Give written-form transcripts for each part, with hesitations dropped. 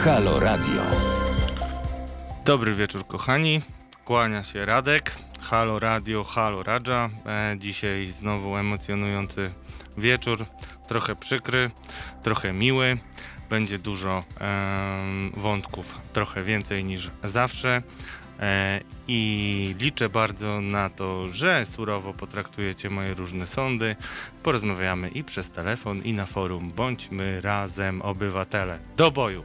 Halo Radio. Dobry wieczór, kochani. Kłania się Radek. Halo Radio, Halo Radża. Dzisiaj znowu emocjonujący wieczór. Trochę przykry, trochę miły. Będzie dużo wątków, trochę więcej niż zawsze. I liczę bardzo na to, że surowo potraktujecie moje różne sądy. Porozmawiamy i przez telefon, i na forum. Bądźmy razem, obywatele. Do boju!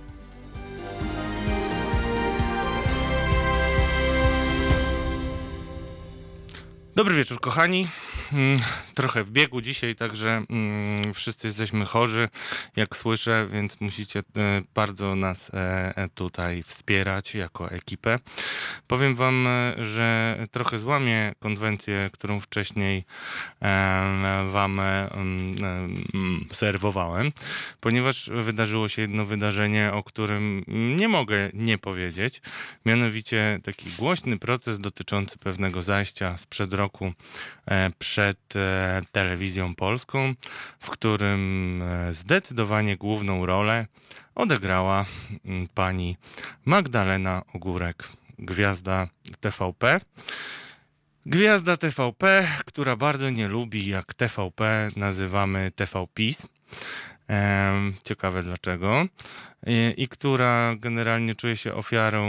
Dobry wieczór, kochani. Trochę w biegu dzisiaj, także wszyscy jesteśmy chorzy, jak słyszę, więc musicie bardzo nas tutaj wspierać jako ekipę. Powiem wam, że trochę złamię konwencję, którą wcześniej wam serwowałem, ponieważ wydarzyło się jedno wydarzenie, o którym nie mogę nie powiedzieć, mianowicie taki głośny proces dotyczący pewnego zajścia sprzed roku przed telewizją polską, w którym zdecydowanie główną rolę odegrała pani Magdalena Ogórek, gwiazda TVP. Gwiazda TVP, która bardzo nie lubi, jak TVP nazywamy TVPiS. Ciekawe dlaczego. I która generalnie czuje się ofiarą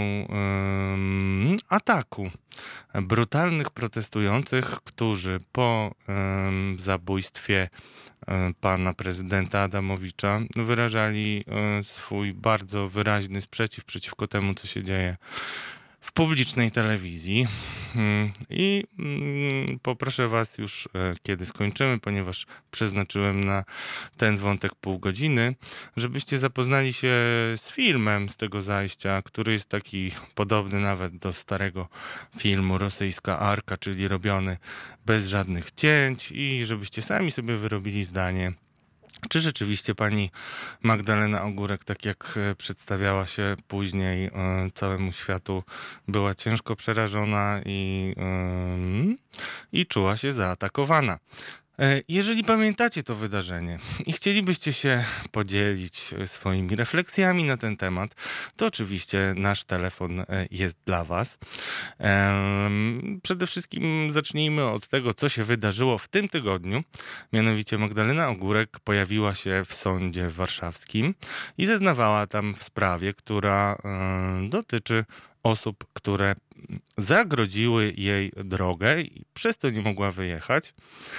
ataku brutalnych protestujących, którzy po zabójstwie pana prezydenta Adamowicza wyrażali swój bardzo wyraźny sprzeciw przeciwko temu, co się dzieje w publicznej telewizji. I poproszę was już, kiedy skończymy, ponieważ przeznaczyłem na ten wątek pół godziny, żebyście zapoznali się z filmem z tego zajścia, który jest taki podobny nawet do starego filmu Rosyjska Arka, czyli robiony bez żadnych cięć, i żebyście sami sobie wyrobili zdanie, czy rzeczywiście pani Magdalena Ogórek, tak jak przedstawiała się później całemu światu, była ciężko przerażona i czuła się zaatakowana. Jeżeli pamiętacie to wydarzenie i chcielibyście się podzielić swoimi refleksjami na ten temat, to oczywiście nasz telefon jest dla was. Przede wszystkim zacznijmy od tego, co się wydarzyło w tym tygodniu. Mianowicie Magdalena Ogórek pojawiła się w sądzie warszawskim i zeznawała tam w sprawie, która dotyczy osób, które zagrodziły jej drogę i przez to nie mogła wyjechać.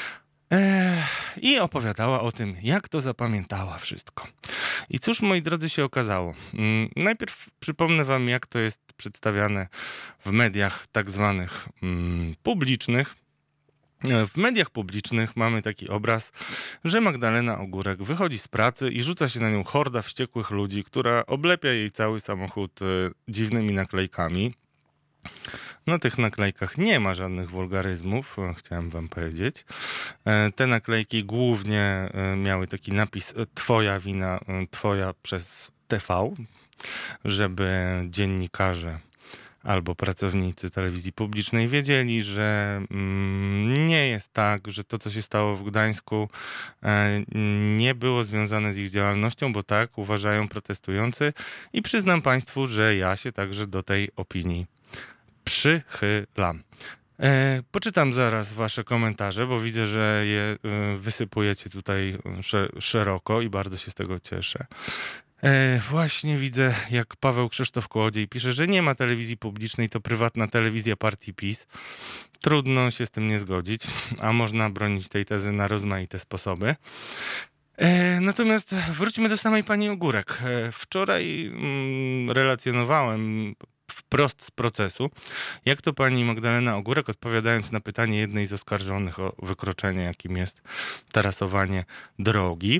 I opowiadała o tym, jak to zapamiętała wszystko. I cóż, moi drodzy, się okazało. Najpierw przypomnę wam, jak to jest przedstawiane w mediach tak zwanych publicznych. W mediach publicznych mamy taki obraz, że Magdalena Ogórek wychodzi z pracy i rzuca się na nią horda wściekłych ludzi, która oblepia jej cały samochód dziwnymi naklejkami. Na tych naklejkach nie ma żadnych wulgaryzmów, chciałem wam powiedzieć. Te naklejki głównie miały taki napis "Twoja wina, twoja przez TV", żeby dziennikarze albo pracownicy telewizji publicznej wiedzieli, że nie jest tak, że to, co się stało w Gdańsku, nie było związane z ich działalnością, bo tak uważają protestujący, i przyznam państwu, że ja się także do tej opinii przychylam. Poczytam zaraz wasze komentarze, bo widzę, że je wysypujecie tutaj szeroko i bardzo się z tego cieszę. Właśnie widzę, jak Paweł Krzysztof Kołodziej pisze, że nie ma telewizji publicznej, to prywatna telewizja partii PiS. Trudno się z tym nie zgodzić, a można bronić tej tezy na rozmaite sposoby. Natomiast wróćmy do samej pani Ogórek. Wczoraj relacjonowałem wprost z procesu, jak to pani Magdalena Ogórek, odpowiadając na pytanie jednej z oskarżonych o wykroczenie, jakim jest tarasowanie drogi,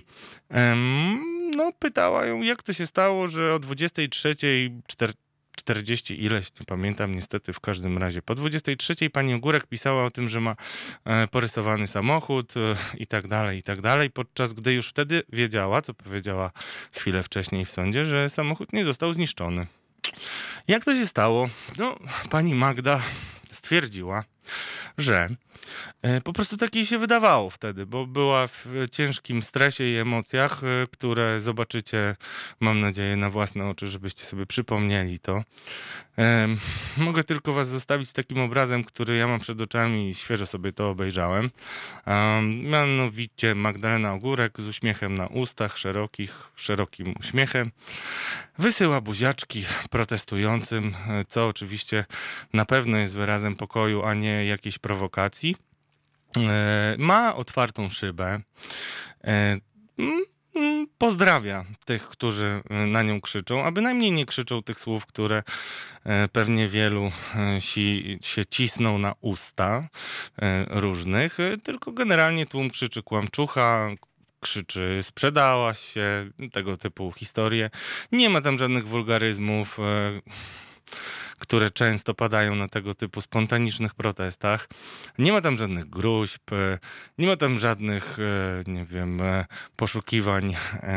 pytała ją, jak to się stało, że o 23:40 ileś, nie pamiętam niestety, w każdym razie po 23:00 pani Ogórek pisała o tym, że ma porysowany samochód i tak dalej, podczas gdy już wtedy wiedziała, co powiedziała chwilę wcześniej w sądzie, że samochód nie został zniszczony. Jak to się stało? Pani Magda stwierdziła, że Po prostu tak jej się wydawało wtedy, bo była w ciężkim stresie i emocjach, które zobaczycie, mam nadzieję, na własne oczy, żebyście sobie przypomnieli to. Em, Mogę tylko was zostawić z takim obrazem, który ja mam przed oczami i świeżo sobie to obejrzałem. Mianowicie Magdalena Ogórek z uśmiechem na ustach, szerokim uśmiechem, wysyła buziaczki protestującym, co oczywiście na pewno jest wyrazem pokoju, a nie jakiejś prowokacji. Ma otwartą szybę. E, Pozdrawia tych, którzy na nią krzyczą, a bynajmniej nie krzyczą tych słów, które pewnie wielu się cisną na usta różnych, tylko generalnie tłum krzyczy kłamczucha, krzyczy sprzedałaś się, tego typu historie. Nie ma tam żadnych wulgaryzmów, które często padają na tego typu spontanicznych protestach. Nie ma tam żadnych gruźb, nie ma tam żadnych, nie wiem, poszukiwań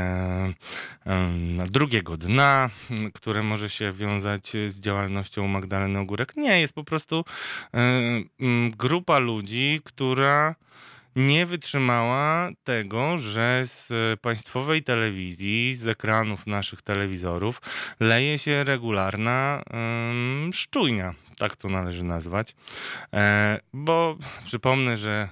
drugiego dna, które może się wiązać z działalnością Magdaleny Ogórek. Nie, jest po prostu grupa ludzi, która nie wytrzymała tego, że z państwowej telewizji, z ekranów naszych telewizorów leje się regularna szczujnia. Tak to należy nazwać. Bo przypomnę, że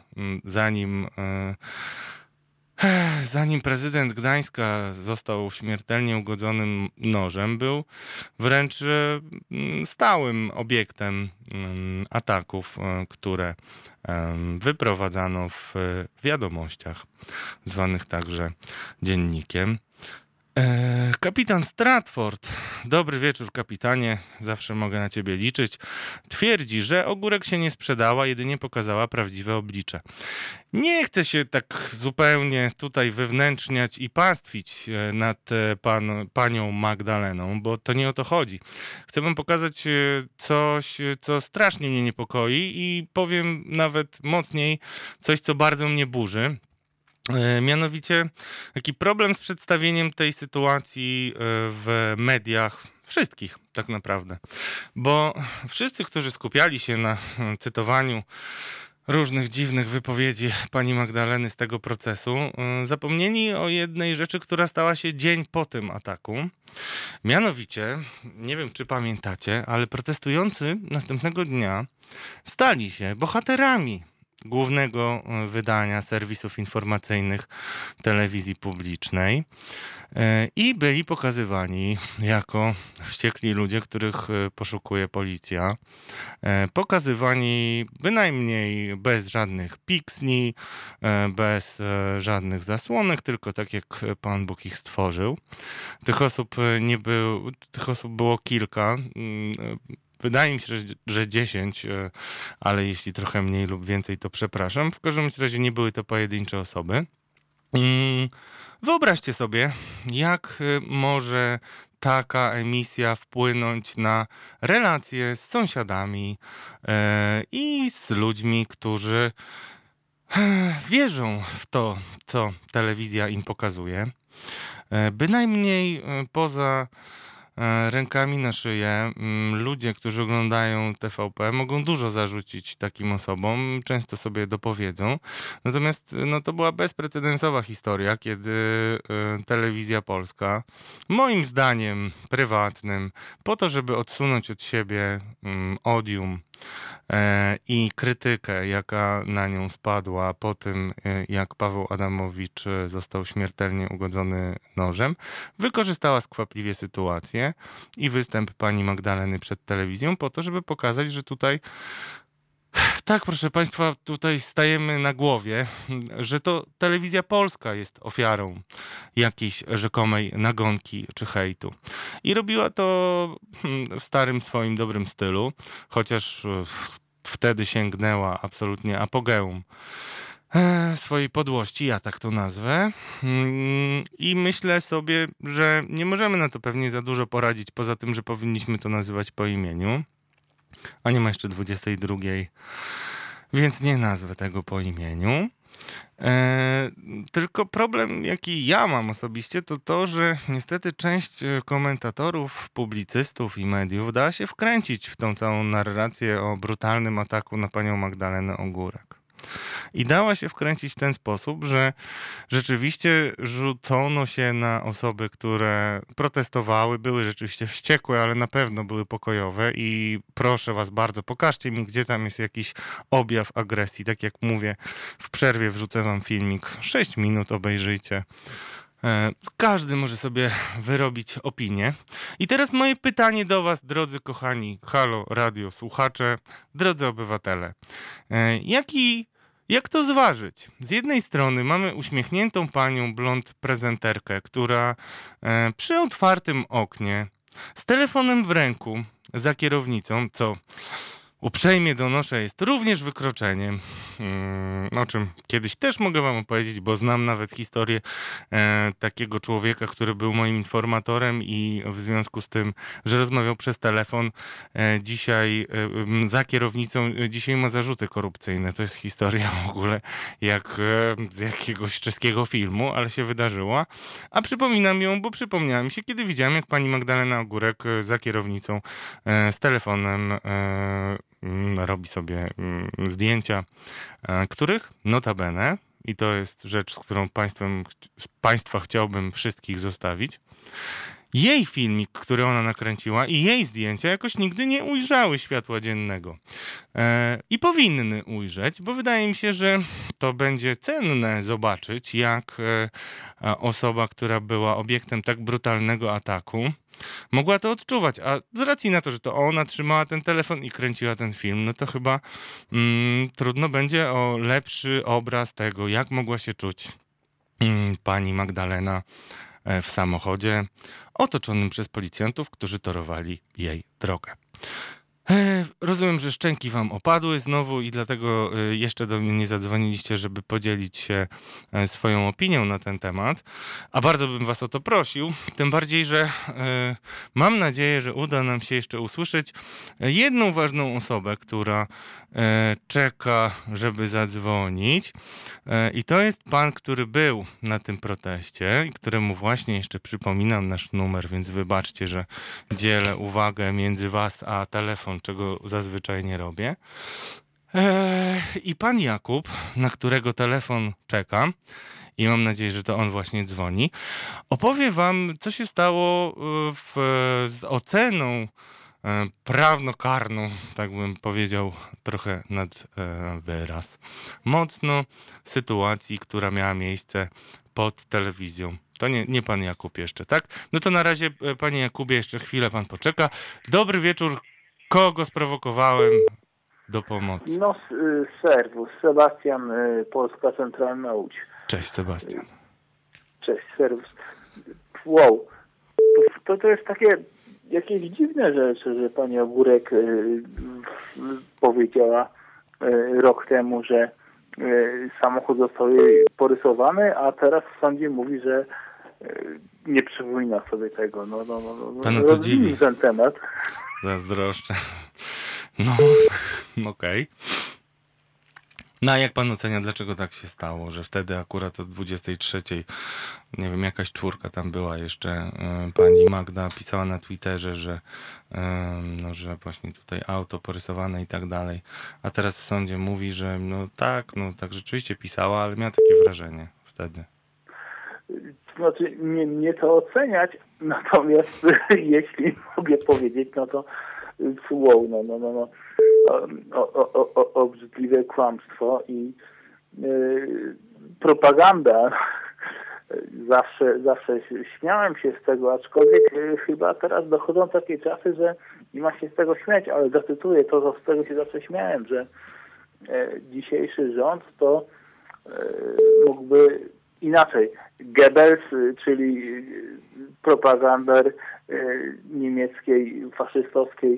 zanim prezydent Gdańska został śmiertelnie ugodzonym nożem, był wręcz stałym obiektem ataków, które wyprowadzano w wiadomościach, zwanych także dziennikiem. Kapitan Stratford, dobry wieczór kapitanie, zawsze mogę na ciebie liczyć, twierdzi, że Ogórek się nie sprzedała, jedynie pokazała prawdziwe oblicze. Nie chcę się tak zupełnie tutaj wewnętrzniać i pastwić nad panią Magdaleną, bo to nie o to chodzi. Chcę wam pokazać coś, co strasznie mnie niepokoi i powiem nawet mocniej, coś, co bardzo mnie burzy. Mianowicie taki problem z przedstawieniem tej sytuacji w mediach, wszystkich tak naprawdę, bo wszyscy, którzy skupiali się na cytowaniu różnych dziwnych wypowiedzi pani Magdaleny z tego procesu, zapomnieli o jednej rzeczy, która stała się dzień po tym ataku. Mianowicie, nie wiem czy pamiętacie, ale protestujący następnego dnia stali się bohaterami głównego wydania serwisów informacyjnych telewizji publicznej i byli pokazywani jako wściekli ludzie, których poszukuje policja. Pokazywani bynajmniej bez żadnych piksni, bez żadnych zasłonek, tylko tak jak Pan Bóg ich stworzył. Tych osób było kilka. Wydaje mi się, że 10, ale jeśli trochę mniej lub więcej, to przepraszam. W każdym razie nie były to pojedyncze osoby. Wyobraźcie sobie, jak może taka emisja wpłynąć na relacje z sąsiadami i z ludźmi, którzy wierzą w to, co telewizja im pokazuje. Bynajmniej poza rękami na szyję. Ludzie, którzy oglądają TVP, mogą dużo zarzucić takim osobom, często sobie dopowiedzą. Natomiast no, to była bezprecedensowa historia, kiedy telewizja polska, moim zdaniem prywatnym, po to, żeby odsunąć od siebie odium i krytykę, jaka na nią spadła po tym, jak Paweł Adamowicz został śmiertelnie ugodzony nożem, wykorzystała skwapliwie sytuację i występ pani Magdaleny przed telewizją po to, żeby pokazać, że tutaj tak, proszę państwa, tutaj stajemy na głowie, że to telewizja polska jest ofiarą jakiejś rzekomej nagonki czy hejtu. I robiła to w starym swoim dobrym stylu, chociaż wtedy sięgnęła absolutnie apogeum swojej podłości, ja tak to nazwę. I myślę sobie, że nie możemy na to pewnie za dużo poradzić, poza tym, że powinniśmy to nazywać po imieniu. A nie ma jeszcze 22, więc nie nazwę tego po imieniu. Tylko problem, jaki ja mam osobiście, to to, że niestety część komentatorów, publicystów i mediów da się wkręcić w tą całą narrację o brutalnym ataku na panią Magdalenę Ogórek. I dała się wkręcić w ten sposób, że rzeczywiście rzucono się na osoby, które protestowały, były rzeczywiście wściekłe, ale na pewno były pokojowe i proszę was bardzo, pokażcie mi, gdzie tam jest jakiś objaw agresji. Tak jak mówię, w przerwie wrzucę wam filmik, 6 minut obejrzyjcie. Każdy może sobie wyrobić opinię. I teraz moje pytanie do was, drodzy kochani Halo Radio słuchacze, drodzy obywatele. Jak to zważyć? Z jednej strony mamy uśmiechniętą panią blond prezenterkę, która przy otwartym oknie, z telefonem w ręku, za kierownicą, co uprzejmie donoszę, jest również wykroczeniem, o czym kiedyś też mogę wam opowiedzieć, bo znam nawet historię takiego człowieka, który był moim informatorem i w związku z tym, że rozmawiał przez telefon, dzisiaj za kierownicą, dzisiaj ma zarzuty korupcyjne. To jest historia w ogóle jak z jakiegoś czeskiego filmu, ale się wydarzyła. A przypominam ją, bo przypomniała mi się, kiedy widziałem, jak pani Magdalena Ogórek za kierownicą z telefonem robi sobie zdjęcia, których notabene, i to jest rzecz, z którą państwa chciałbym wszystkich zostawić, jej filmik, który ona nakręciła i jej zdjęcia jakoś nigdy nie ujrzały światła dziennego. I powinny ujrzeć, bo wydaje mi się, że to będzie cenne zobaczyć, jak osoba, która była obiektem tak brutalnego ataku, mogła to odczuwać, a z racji na to, że to ona trzymała ten telefon i kręciła ten film, no to chyba trudno będzie o lepszy obraz tego, jak mogła się czuć pani Magdalena w samochodzie otoczonym przez policjantów, którzy torowali jej drogę. Rozumiem, że szczęki wam opadły znowu i dlatego jeszcze do mnie nie zadzwoniliście, żeby podzielić się swoją opinią na ten temat, a bardzo bym was o to prosił, tym bardziej, że mam nadzieję, że uda nam się jeszcze usłyszeć jedną ważną osobę, która czeka, żeby zadzwonić, i to jest pan, który był na tym proteście i któremu właśnie jeszcze przypominam nasz numer, więc wybaczcie, że dzielę uwagę między was a telefon, czego zazwyczaj nie robię. I pan Jakub, na którego telefon czekam i mam nadzieję, że to on właśnie dzwoni, opowie wam, co się stało z oceną prawnokarną, tak bym powiedział, trochę nad wyraz, mocno sytuacji, która miała miejsce pod telewizją. To nie pan Jakub jeszcze, tak? No to na razie, panie Jakubie, jeszcze chwilę pan poczeka. Dobry wieczór. Kogo sprowokowałem do pomocy? No, serwus. Sebastian, Polska Centralna Łódź. Cześć, Sebastian. Cześć, serwus. Wow. To jest takie jakieś dziwne rzeczy, że pani Ogórek powiedziała rok temu, że samochód został jej porysowany, a teraz w sądzie mówi, że nie przypomina sobie tego. Pana to dziwi. Ten temat. Zazdroszczę. No, okej. No a jak pan ocenia, dlaczego tak się stało, że wtedy akurat o 23:00, nie wiem, jakaś czwórka tam była jeszcze, pani Magda pisała na Twitterze, że właśnie tutaj auto porysowane i tak dalej, a teraz w sądzie mówi, że tak rzeczywiście pisała, ale miała takie wrażenie wtedy. Znaczy, nie to oceniać, natomiast jeśli mogę powiedzieć, no to wow, obrzydliwe kłamstwo i propaganda. Zawsze śmiałem się z tego, aczkolwiek chyba teraz dochodzą takie czasy, że nie ma się z tego śmiać, ale zacytuję to, co z tego się zawsze śmiałem, że dzisiejszy rząd to mógłby inaczej. Goebbels, czyli propagander niemieckiej, faszystowskiej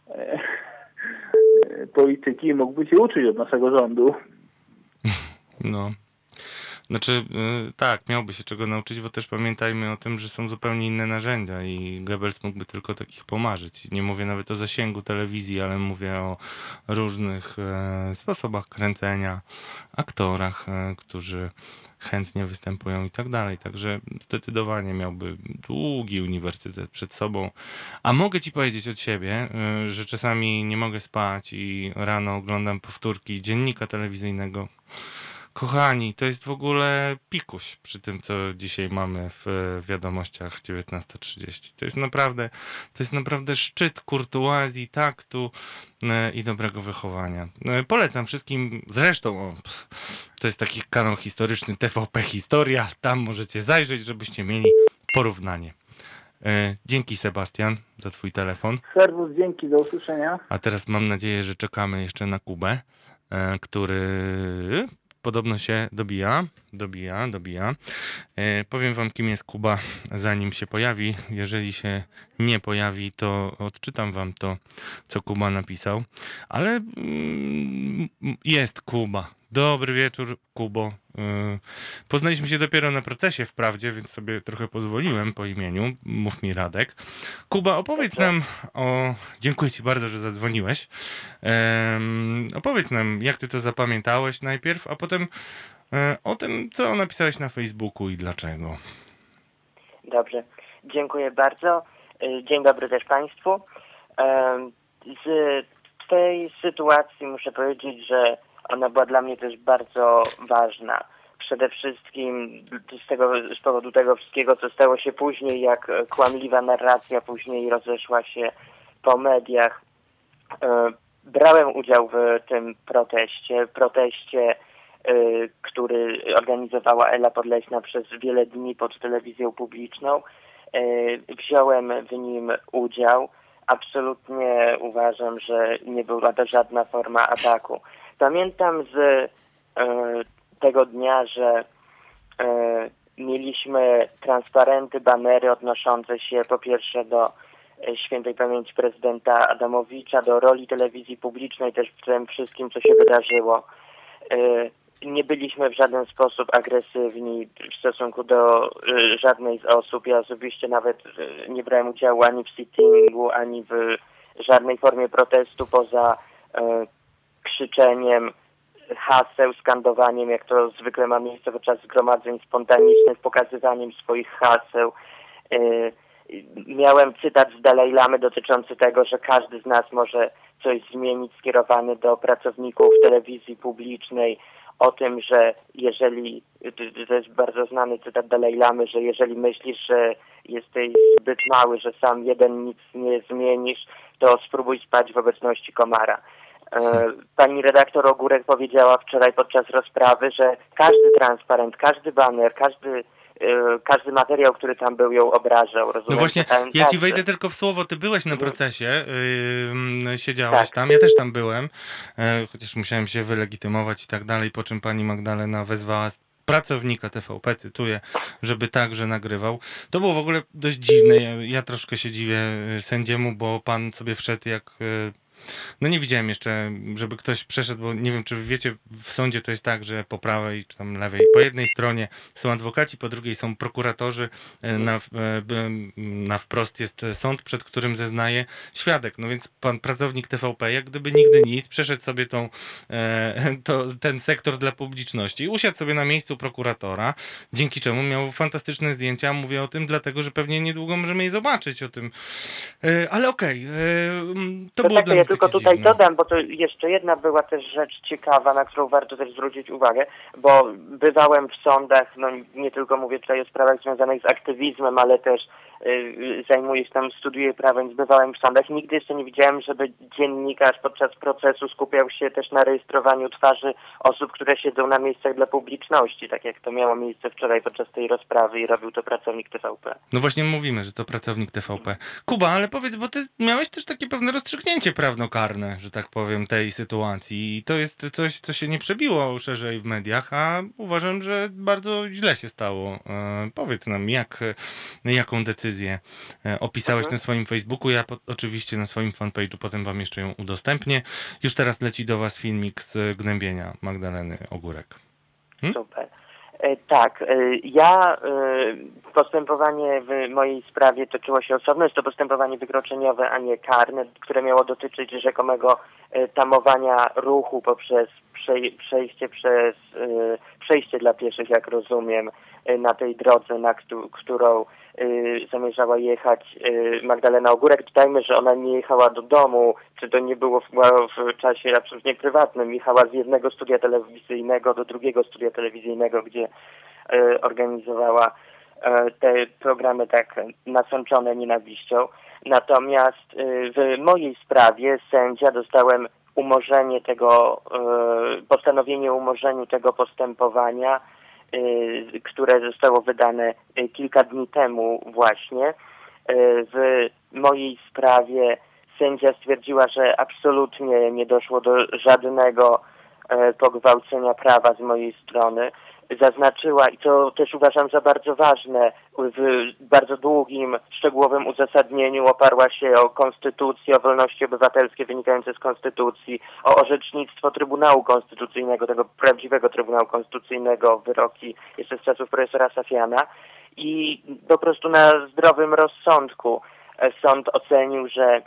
polityki, mógłby się uczyć od naszego rządu. No. Znaczy, tak, miałby się czego nauczyć, bo też pamiętajmy o tym, że są zupełnie inne narzędzia i Goebbels mógłby tylko takich pomarzyć. Nie mówię nawet o zasięgu telewizji, ale mówię o różnych sposobach kręcenia, aktorach, którzy chętnie występują i tak dalej. Także zdecydowanie miałby długi uniwersytet przed sobą. A mogę ci powiedzieć od siebie, że czasami nie mogę spać i rano oglądam powtórki dziennika telewizyjnego. Kochani, to jest w ogóle pikuś przy tym, co dzisiaj mamy w wiadomościach 19:30. To jest naprawdę szczyt kurtuazji, taktu i dobrego wychowania. Polecam wszystkim, zresztą to jest taki kanał historyczny TVP Historia, tam możecie zajrzeć, żebyście mieli porównanie. Dzięki Sebastian za twój telefon. Serwus, dzięki, do usłyszenia. A teraz mam nadzieję, że czekamy jeszcze na Kubę, który podobno się dobija. Powiem wam, kim jest Kuba, zanim się pojawi. Jeżeli się nie pojawi, to odczytam wam to, co Kuba napisał. Ale jest Kuba. Dobry wieczór, Kubo. Poznaliśmy się dopiero na procesie wprawdzie, więc sobie trochę pozwoliłem po imieniu. Mów mi Radek. Kuba, opowiedz nam o... Dziękuję ci bardzo, że zadzwoniłeś. Opowiedz nam, jak ty to zapamiętałeś najpierw, a potem o tym, co napisałeś na Facebooku i dlaczego. Dobrze, dziękuję bardzo. Dzień dobry też Państwu. Z tej sytuacji muszę powiedzieć, że ona była dla mnie też bardzo ważna. Przede wszystkim z powodu tego wszystkiego, co stało się później, jak kłamliwa narracja później rozeszła się po mediach. Brałem udział w tym proteście, który organizowała Ela Podleśna przez wiele dni pod telewizją publiczną. Wziąłem w nim udział. Absolutnie uważam, że nie była to żadna forma ataku. Pamiętam z tego dnia, że mieliśmy transparenty, banery odnoszące się po pierwsze do świętej pamięci prezydenta Adamowicza, do roli telewizji publicznej też w tym wszystkim, co się wydarzyło. Nie byliśmy w żaden sposób agresywni w stosunku do żadnej z osób. Ja osobiście nawet nie brałem udziału ani w sittingu, ani w żadnej formie protestu poza krzyczeniem haseł, skandowaniem, jak to zwykle ma miejsce podczas zgromadzeń spontanicznych, pokazywaniem swoich haseł. Miałem cytat z Dalaj Lamy dotyczący tego, że każdy z nas może coś zmienić, skierowany do pracowników telewizji publicznej, o tym, że jeżeli, to jest bardzo znany cytat Dalaj Lamy, że jeżeli myślisz, że jesteś zbyt mały, że sam jeden nic nie zmienisz, to spróbuj spać w obecności komara. Pani redaktor Ogórek powiedziała wczoraj podczas rozprawy, że każdy transparent, każdy baner, każdy materiał, który tam był, ją obrażał. Rozumiem, no właśnie, ja ci wejdę tylko w słowo. Ty byłeś na procesie, siedziałeś tam, ja też tam byłem, chociaż musiałem się wylegitymować i tak dalej, po czym pani Magdalena wezwała pracownika TVP, cytuję, żeby także nagrywał. To było w ogóle dość dziwne. Ja troszkę się dziwię sędziemu, bo pan sobie wszedł jak... No nie widziałem jeszcze, żeby ktoś przeszedł, bo nie wiem, czy wiecie, w sądzie to jest tak, że po prawej czy tam lewej, po jednej stronie są adwokaci, po drugiej są prokuratorzy, na wprost jest sąd, przed którym zeznaje świadek. No więc pan pracownik TVP, jak gdyby nigdy nic, przeszedł sobie ten sektor dla publiczności i usiadł sobie na miejscu prokuratora, dzięki czemu miał fantastyczne zdjęcia. Mówię o tym dlatego, że pewnie niedługo możemy je zobaczyć o tym. Ale okej, to było dla mnie tylko tutaj dodam, bo to jeszcze jedna była też rzecz ciekawa, na którą warto też zwrócić uwagę, bo bywałem w sądach, no nie tylko mówię tutaj o sprawach związanych z aktywizmem, ale też zajmuję się tam, studiuję prawo, więc bywałem w sądach. Nigdy jeszcze nie widziałem, żeby dziennikarz podczas procesu skupiał się też na rejestrowaniu twarzy osób, które siedzą na miejscach dla publiczności, tak jak to miało miejsce wczoraj podczas tej rozprawy i robił to pracownik TVP. No właśnie mówimy, że to pracownik TVP. Kuba, ale powiedz, bo ty miałeś też takie pewne rozstrzygnięcie prawnokarne, że tak powiem, tej sytuacji i to jest coś, co się nie przebiło szerzej w mediach, a uważam, że bardzo źle się stało. Powiedz nam, jaką decyzję opisałeś na swoim Facebooku, ja oczywiście na swoim fanpage'u potem wam jeszcze ją udostępnię. Już teraz leci do was filmik z gnębienia Magdaleny Ogórek. Super. Tak, postępowanie w mojej sprawie toczyło się osobno. Jest to postępowanie wykroczeniowe, a nie karne, które miało dotyczyć rzekomego tamowania ruchu poprzez przejście dla pieszych, jak rozumiem, na tej drodze, na którą zamierzała jechać Magdalena Ogórek. Dodajmy, że ona nie jechała do domu, czy to nie było w czasie absolutnie prywatnym. Jechała z jednego studia telewizyjnego do drugiego studia telewizyjnego, gdzie organizowała te programy tak nasączone nienawiścią. Natomiast w mojej sprawie sędzia dostałem postanowienie o umorzeniu tego postępowania, które zostało wydane kilka dni temu właśnie. W mojej sprawie sędzia stwierdziła, że absolutnie nie doszło do żadnego pogwałcenia prawa z mojej strony. Zaznaczyła, i to też uważam za bardzo ważne, w bardzo długim, szczegółowym uzasadnieniu oparła się o konstytucję, o wolności obywatelskie wynikające z konstytucji, o orzecznictwo Trybunału Konstytucyjnego, tego prawdziwego Trybunału Konstytucyjnego, wyroki jeszcze z czasów profesora Safiana, i po prostu na zdrowym rozsądku sąd ocenił, że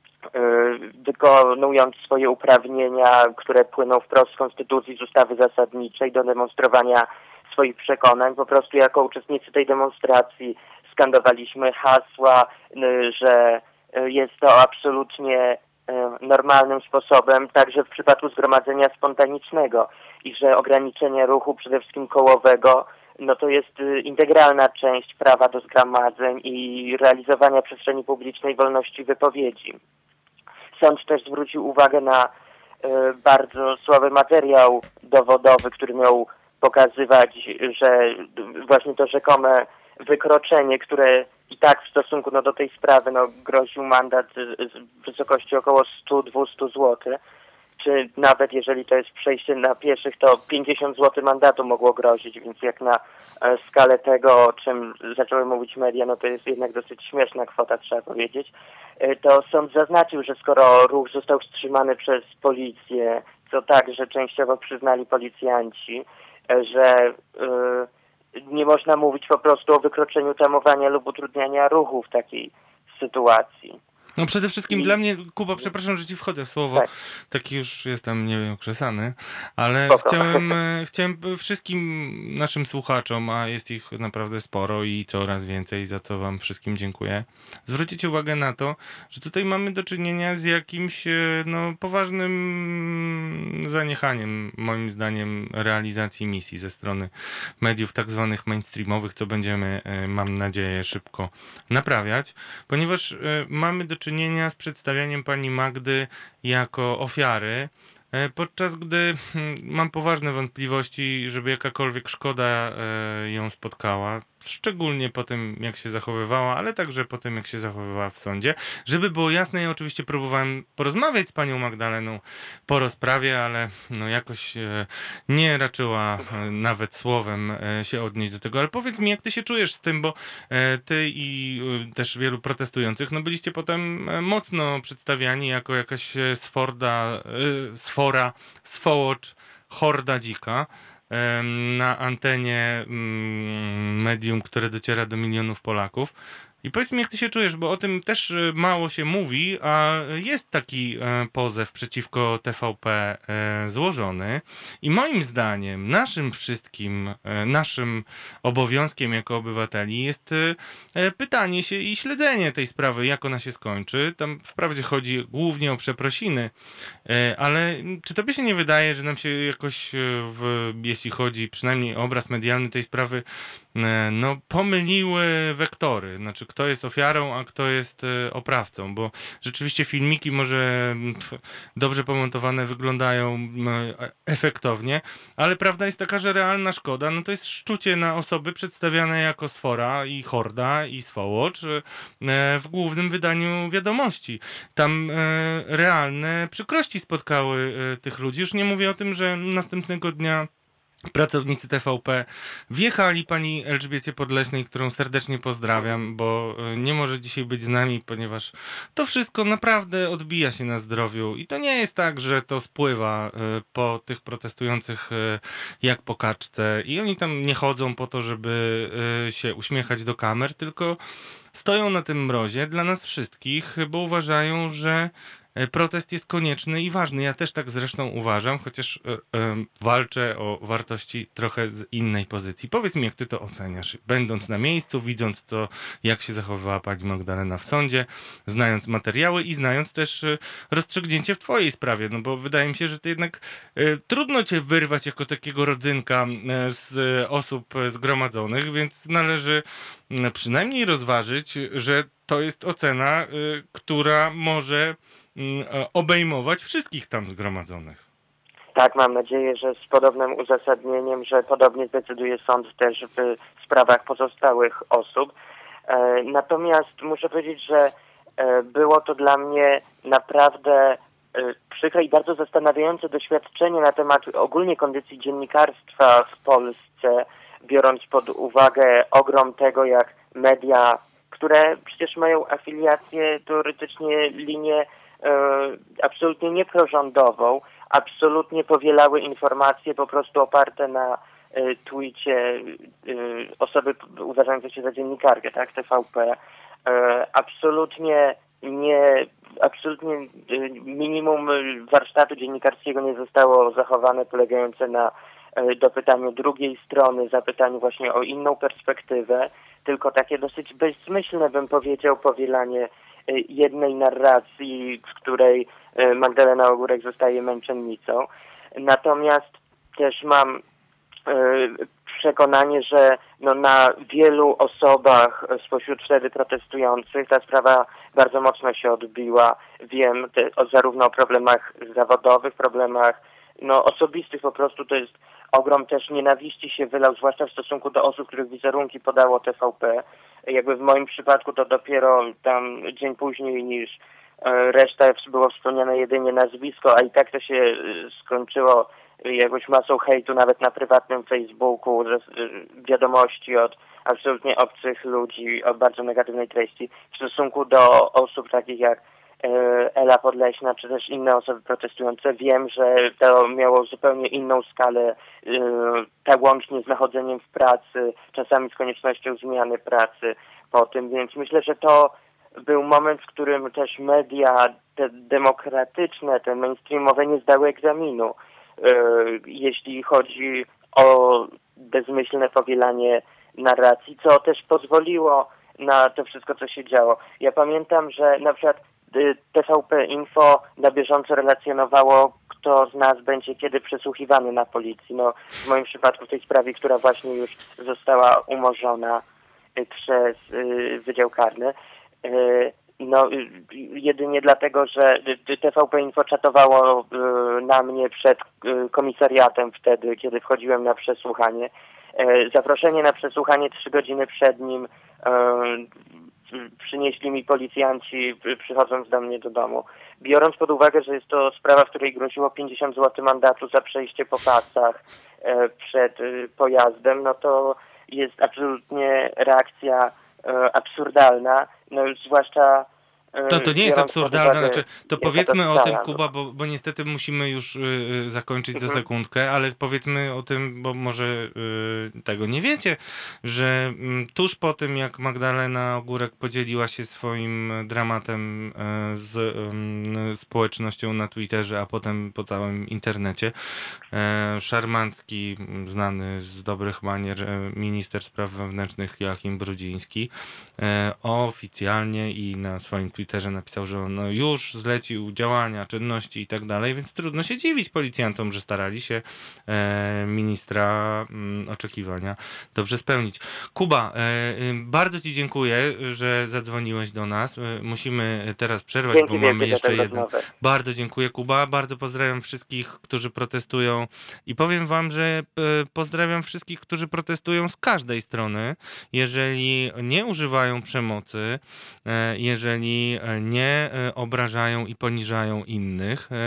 wykonując swoje uprawnienia, które płyną wprost z konstytucji, z ustawy zasadniczej do demonstrowania swoich przekonań, po prostu jako uczestnicy tej demonstracji skandowaliśmy hasła, że jest to absolutnie normalnym sposobem, także w przypadku zgromadzenia spontanicznego, i że ograniczenie ruchu, przede wszystkim kołowego, no to jest integralna część prawa do zgromadzeń i realizowania przestrzeni publicznej, wolności wypowiedzi. Sąd też zwrócił uwagę na bardzo słaby materiał dowodowy, który miał pokazywać, że właśnie to rzekome wykroczenie, które i tak w stosunku do tej sprawy groził mandat w wysokości około 100-200 zł, czy nawet jeżeli to jest przejście na pieszych, to 50 zł mandatu mogło grozić, więc jak na skalę tego, o czym zaczęły mówić media, no to jest jednak dosyć śmieszna kwota, trzeba powiedzieć. To sąd zaznaczył, że skoro ruch został wstrzymany przez policję, co także częściowo przyznali policjanci, że nie można mówić po prostu o wykroczeniu tamowania lub utrudniania ruchu w takiej sytuacji. No przede wszystkim dla mnie, Kuba, przepraszam, że ci wchodzę w słowo, taki już jestem, nie wiem, okrzesany, ale chciałem wszystkim naszym słuchaczom, a jest ich naprawdę sporo i coraz więcej, za co wam wszystkim dziękuję, zwrócić uwagę na to, że tutaj mamy do czynienia z jakimś poważnym zaniechaniem, moim zdaniem, realizacji misji ze strony mediów tak zwanych mainstreamowych, co będziemy, mam nadzieję, szybko naprawiać, ponieważ mamy do czynienia z przedstawianiem pani Magdy jako ofiary, podczas gdy mam poważne wątpliwości, żeby jakakolwiek szkoda ją spotkała, szczególnie po tym, jak się zachowywała, ale także po tym, jak się zachowywała w sądzie. Żeby było jasne, ja oczywiście próbowałem porozmawiać z panią Magdaleną po rozprawie, ale jakoś nie raczyła nawet słowem się odnieść do tego. Ale powiedz mi, jak ty się czujesz z tym, bo ty i też wielu protestujących, byliście potem mocno przedstawiani jako jakaś swołocz, horda dzika na antenie medium, które dociera do milionów Polaków. I powiedz mi, jak ty się czujesz, bo o tym też mało się mówi, a jest taki pozew przeciwko TVP złożony i moim zdaniem naszym obowiązkiem jako obywateli jest pytanie się i śledzenie tej sprawy, jak ona się skończy. Tam wprawdzie chodzi głównie o przeprosiny, ale czy tobie się nie wydaje, że nam się jakoś, jeśli chodzi przynajmniej o obraz medialny tej sprawy, pomyliły wektory, znaczy kto jest ofiarą, a kto jest oprawcą, bo rzeczywiście filmiki może dobrze pomontowane wyglądają efektownie, ale prawda jest taka, że realna szkoda, to jest szczucie na osoby przedstawiane jako sfora i horda i swołocz w głównym wydaniu Wiadomości. Tam realne przykrości spotkały tych ludzi, już nie mówię o tym, że następnego dnia pracownicy TVP wjechali pani Elżbiecie Podleśnej, którą serdecznie pozdrawiam, bo nie może dzisiaj być z nami, ponieważ to wszystko naprawdę odbija się na zdrowiu i to nie jest tak, że to spływa po tych protestujących jak po kaczce i oni tam nie chodzą po to, żeby się uśmiechać do kamer, tylko stoją na tym mrozie dla nas wszystkich, bo uważają, że protest jest konieczny i ważny. Ja też tak zresztą uważam, chociaż walczę o wartości trochę z innej pozycji. Powiedz mi, jak ty to oceniasz, będąc na miejscu, widząc to, jak się zachowywała pani Magdalena w sądzie, znając materiały i znając też rozstrzygnięcie w twojej sprawie, no bo wydaje mi się, że ty jednak trudno cię wyrwać jako takiego rodzynka z osób zgromadzonych, więc należy przynajmniej rozważyć, że to jest ocena, która może obejmować wszystkich tam zgromadzonych. Tak, mam nadzieję, że z podobnym uzasadnieniem, że podobnie zdecyduje sąd też w sprawach pozostałych osób. Natomiast muszę powiedzieć, że było to dla mnie naprawdę przykre i bardzo zastanawiające doświadczenie na temat ogólnie kondycji dziennikarstwa w Polsce, biorąc pod uwagę ogrom tego, jak media, które przecież mają afiliację, teoretycznie linię absolutnie nieprorządową, absolutnie powielały informacje po prostu oparte na tweetie osoby uważającej się za dziennikarkę, tak, TVP. Absolutnie minimum warsztatu dziennikarskiego nie zostało zachowane, polegające na dopytaniu drugiej strony, zapytaniu właśnie o inną perspektywę, tylko takie dosyć bezmyślne, bym powiedział, powielanie jednej narracji, w której Magdalena Ogórek zostaje męczennicą. Natomiast też mam przekonanie, że na wielu osobach spośród wtedy protestujących ta sprawa bardzo mocno się odbiła. Wiem zarówno o problemach zawodowych, problemach osobistych, po prostu to jest ogrom też nienawiści się wylał, zwłaszcza w stosunku do osób, których wizerunki podało TVP. Jakby w moim przypadku to dopiero tam dzień później niż reszta było wspomniane jedynie nazwisko, a i tak to się skończyło jakąś masą hejtu nawet na prywatnym Facebooku, wiadomości od absolutnie obcych ludzi o bardzo negatywnej treści w stosunku do osób takich jak Ela Podleśna, czy też inne osoby protestujące. Wiem, że to miało zupełnie inną skalę, tak łącznie z nachodzeniem w pracy, czasami z koniecznością zmiany pracy po tym, więc myślę, że to był moment, w którym też media, te demokratyczne, te mainstreamowe nie zdały egzaminu, jeśli chodzi o bezmyślne powielanie narracji, co też pozwoliło na to wszystko, co się działo. Ja pamiętam, że na przykład TVP Info na bieżąco relacjonowało, kto z nas będzie kiedy przesłuchiwany na policji. W moim przypadku w tej sprawie, która właśnie już została umorzona przez Wydział Karny. Jedynie dlatego, że TVP Info czatowało na mnie przed komisariatem wtedy, kiedy wchodziłem na przesłuchanie. Zaproszenie na przesłuchanie 3 godziny przed nim przynieśli mi policjanci, przychodząc do mnie do domu. Biorąc pod uwagę, że jest to sprawa, w której groziło 50 zł mandatu za przejście po pasach przed pojazdem, to jest absolutnie reakcja absurdalna, zwłaszcza To nie jest absurdalne, to powiedzmy o tym, Kuba, bo niestety musimy już zakończyć za sekundkę, ale powiedzmy o tym, bo może tego nie wiecie, że tuż po tym, jak Magdalena Ogórek podzieliła się swoim dramatem z społecznością na Twitterze, a potem po całym internecie, szarmancki, znany z dobrych manier minister spraw wewnętrznych Joachim Brudziński oficjalnie i na swoim Twitterze napisał, że on już zlecił działania, czynności i tak dalej, więc trudno się dziwić policjantom, że starali się ministra oczekiwania dobrze spełnić. Kuba, bardzo ci dziękuję, że zadzwoniłeś do nas. Musimy teraz przerwać, bo mamy jeszcze jeden. Bardzo dziękuję, Kuba. Bardzo pozdrawiam wszystkich, którzy protestują i powiem wam, że pozdrawiam wszystkich, którzy protestują z każdej strony. Jeżeli nie używają przemocy, jeżeli nie obrażają i poniżają innych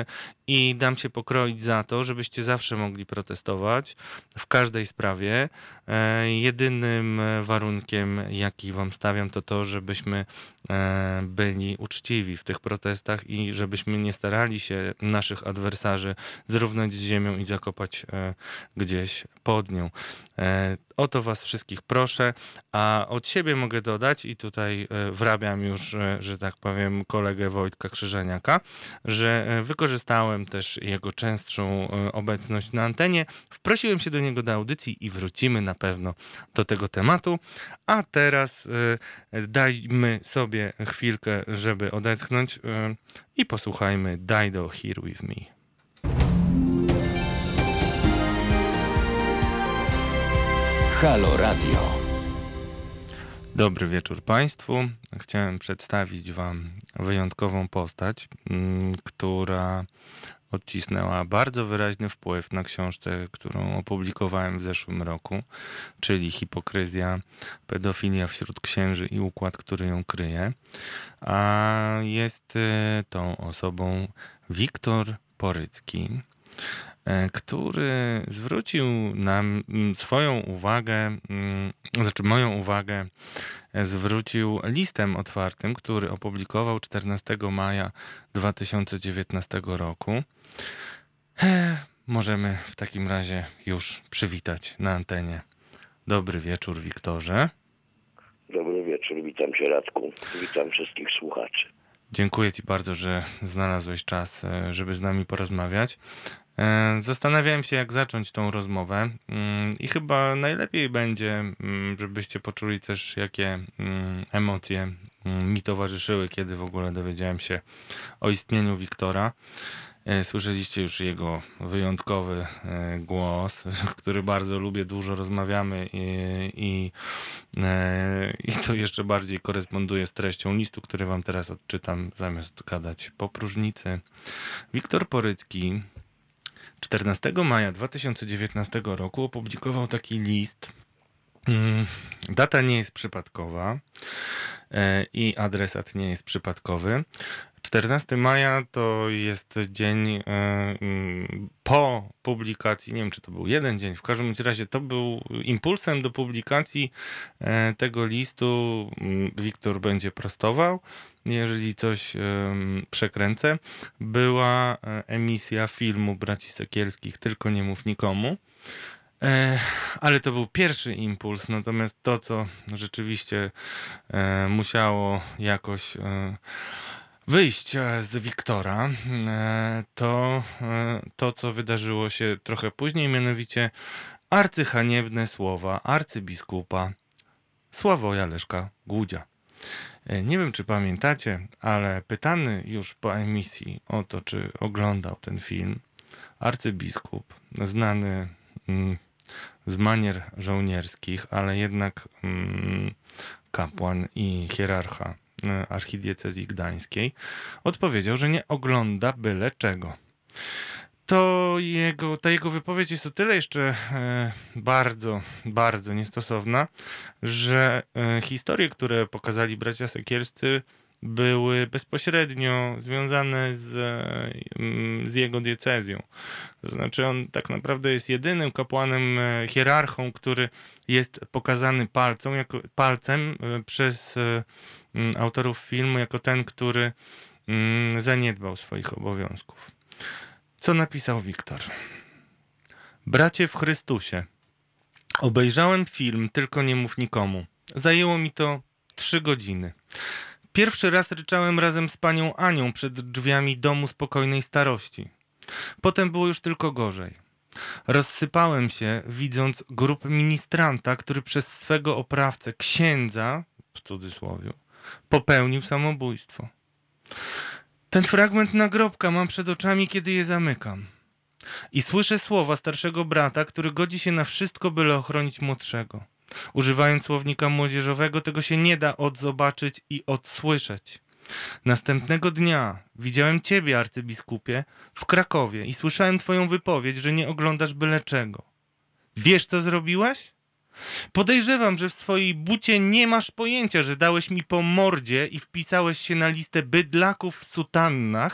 i dam się pokroić za to, żebyście zawsze mogli protestować w każdej sprawie. Jedynym warunkiem, jaki wam stawiam, to to, żebyśmy byli uczciwi w tych protestach i żebyśmy nie starali się naszych adwersarzy zrównać z ziemią i zakopać gdzieś pod nią. O to was wszystkich proszę, a od siebie mogę dodać i tutaj wrabiam już, że tak powiem, kolegę Wojtka Krzyżaniaka, że wykorzystałem też jego częstszą obecność na antenie, wprosiłem się do niego do audycji i wrócimy na pewno do tego tematu, a teraz dajmy sobie chwilkę, żeby odetchnąć i posłuchajmy Dido Here With Me. Halo Radio. Dobry wieczór Państwu. Chciałem przedstawić Wam wyjątkową postać, która odcisnęła bardzo wyraźny wpływ na książkę, którą opublikowałem w zeszłym roku, czyli Hipokryzja, pedofilia wśród księży i układ, który ją kryje. A jest tą osobą Wiktor Porycki, który zwrócił nam swoją uwagę, moją uwagę zwrócił listem otwartym, który opublikował 14 maja 2019 roku. Możemy w takim razie już przywitać na antenie. Dobry wieczór, Wiktorze. Dobry wieczór, witam Cię, Radku. Witam wszystkich słuchaczy. Dziękuję Ci bardzo, że znalazłeś czas, żeby z nami porozmawiać. Zastanawiałem się, jak zacząć tą rozmowę i chyba najlepiej będzie, żebyście poczuli też, jakie emocje mi towarzyszyły, kiedy w ogóle dowiedziałem się o istnieniu Wiktora. Słyszeliście już jego wyjątkowy głos, który bardzo lubię, dużo rozmawiamy i to jeszcze bardziej koresponduje z treścią listu, który wam teraz odczytam, zamiast gadać po próżnicy. Wiktor Porycki 14 maja 2019 roku opublikował taki list. Data nie jest przypadkowa i adresat nie jest przypadkowy. 14 maja to jest dzień po publikacji, nie wiem czy to był jeden dzień, w każdym razie to był impulsem do publikacji tego listu. Wiktor będzie prostował, jeżeli coś przekręcę. Była emisja filmu Braci Sekielskich Tylko nie mów nikomu. Ale to był pierwszy impuls, natomiast to, co rzeczywiście musiało jakoś wyjść z Wiktora, to, co wydarzyło się trochę później, mianowicie arcyhaniebne słowa arcybiskupa Sławoja Leszka Głudzia. Nie wiem, czy pamiętacie, ale pytany już po emisji o to, czy oglądał ten film, arcybiskup, znany z manier żołnierskich, ale jednak kapłan i hierarcha archidiecezji gdańskiej, odpowiedział, że nie ogląda byle czego. Ta jego wypowiedź jest o tyle jeszcze bardzo, bardzo niestosowna, że historie, które pokazali bracia Sekielscy, były bezpośrednio związane z jego diecezją. To znaczy on tak naprawdę jest jedynym kapłanem, hierarchą, który jest pokazany palcem przez autorów filmu jako ten, który zaniedbał swoich obowiązków. Co napisał Wiktor? Bracie w Chrystusie, obejrzałem film Tylko nie mów nikomu. Zajęło mi to 3 godziny. Pierwszy raz ryczałem razem z panią Anią przed drzwiami domu spokojnej starości. Potem było już tylko gorzej. Rozsypałem się, widząc grób ministranta, który przez swego oprawcę, księdza, w cudzysłowie, popełnił samobójstwo. Ten fragment nagrobka mam przed oczami, kiedy je zamykam. I słyszę słowa starszego brata, który godzi się na wszystko, byle ochronić młodszego. Używając słownika młodzieżowego, tego się nie da odzobaczyć i odsłyszeć. Następnego dnia widziałem ciebie, arcybiskupie, w Krakowie i słyszałem twoją wypowiedź, że nie oglądasz byle czego. Wiesz, co zrobiłeś? Podejrzewam, że w swojej bucie nie masz pojęcia, że dałeś mi po mordzie i wpisałeś się na listę bydlaków w sutannach,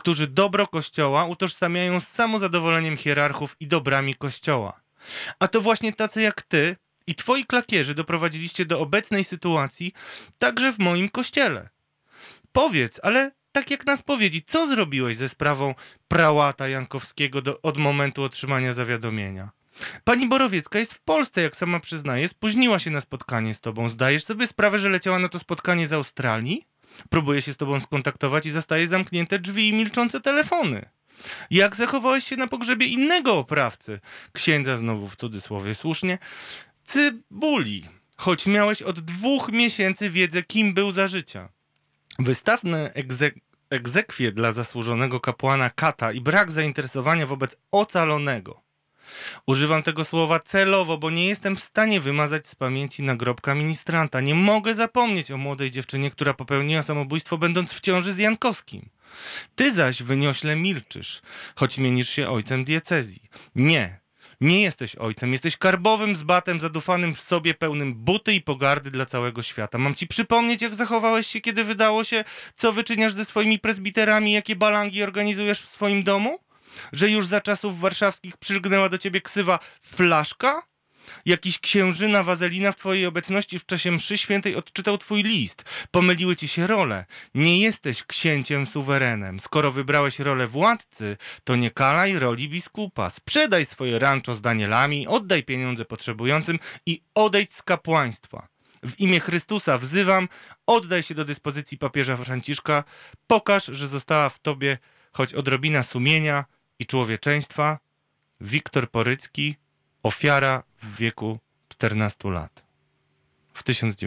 którzy dobro Kościoła utożsamiają z samozadowoleniem hierarchów i dobrami Kościoła. A to właśnie tacy jak ty i twoi klakierzy doprowadziliście do obecnej sytuacji także w moim kościele. Powiedz, ale tak jak na spowiedzi, co zrobiłeś ze sprawą prałata Jankowskiego od momentu otrzymania zawiadomienia? Pani Borowiecka jest w Polsce, jak sama przyznaje, spóźniła się na spotkanie z tobą. Zdajesz sobie sprawę, że leciała na to spotkanie z Australii? Próbuje się z tobą skontaktować i zastaje zamknięte drzwi i milczące telefony. Jak zachowałeś się na pogrzebie innego oprawcy, księdza znowu w cudzysłowie słusznie, Cybuli, choć miałeś od 2 miesięcy wiedzę, kim był za życia. Wystawne egzekwie dla zasłużonego kapłana Kata i brak zainteresowania wobec ocalonego. Używam tego słowa celowo, bo nie jestem w stanie wymazać z pamięci nagrobka ministranta. Nie mogę zapomnieć o młodej dziewczynie, która popełniła samobójstwo, będąc w ciąży z Jankowskim. Ty zaś wyniośle milczysz, choć mienisz się ojcem diecezji. Nie jesteś ojcem, jesteś karbowym zbatem zadufanym w sobie, pełnym buty i pogardy dla całego świata. Mam ci przypomnieć, jak zachowałeś się, kiedy wydało się, co wyczyniasz ze swoimi prezbiterami, jakie balangi organizujesz w swoim domu? Że już za czasów warszawskich przylgnęła do ciebie ksywa Flaszka? Jakiś księżyna Wazelina w twojej obecności w czasie mszy świętej odczytał twój list. Pomyliły ci się role. Nie jesteś księciem suwerenem. Skoro wybrałeś rolę władcy, to nie kalaj roli biskupa. Sprzedaj swoje rancho z Danielami, oddaj pieniądze potrzebującym i odejdź z kapłaństwa. W imię Chrystusa wzywam, oddaj się do dyspozycji papieża Franciszka, pokaż, że została w tobie choć odrobina sumienia i człowieczeństwa. Wiktor Porycki, ofiara w wieku 14 lat. W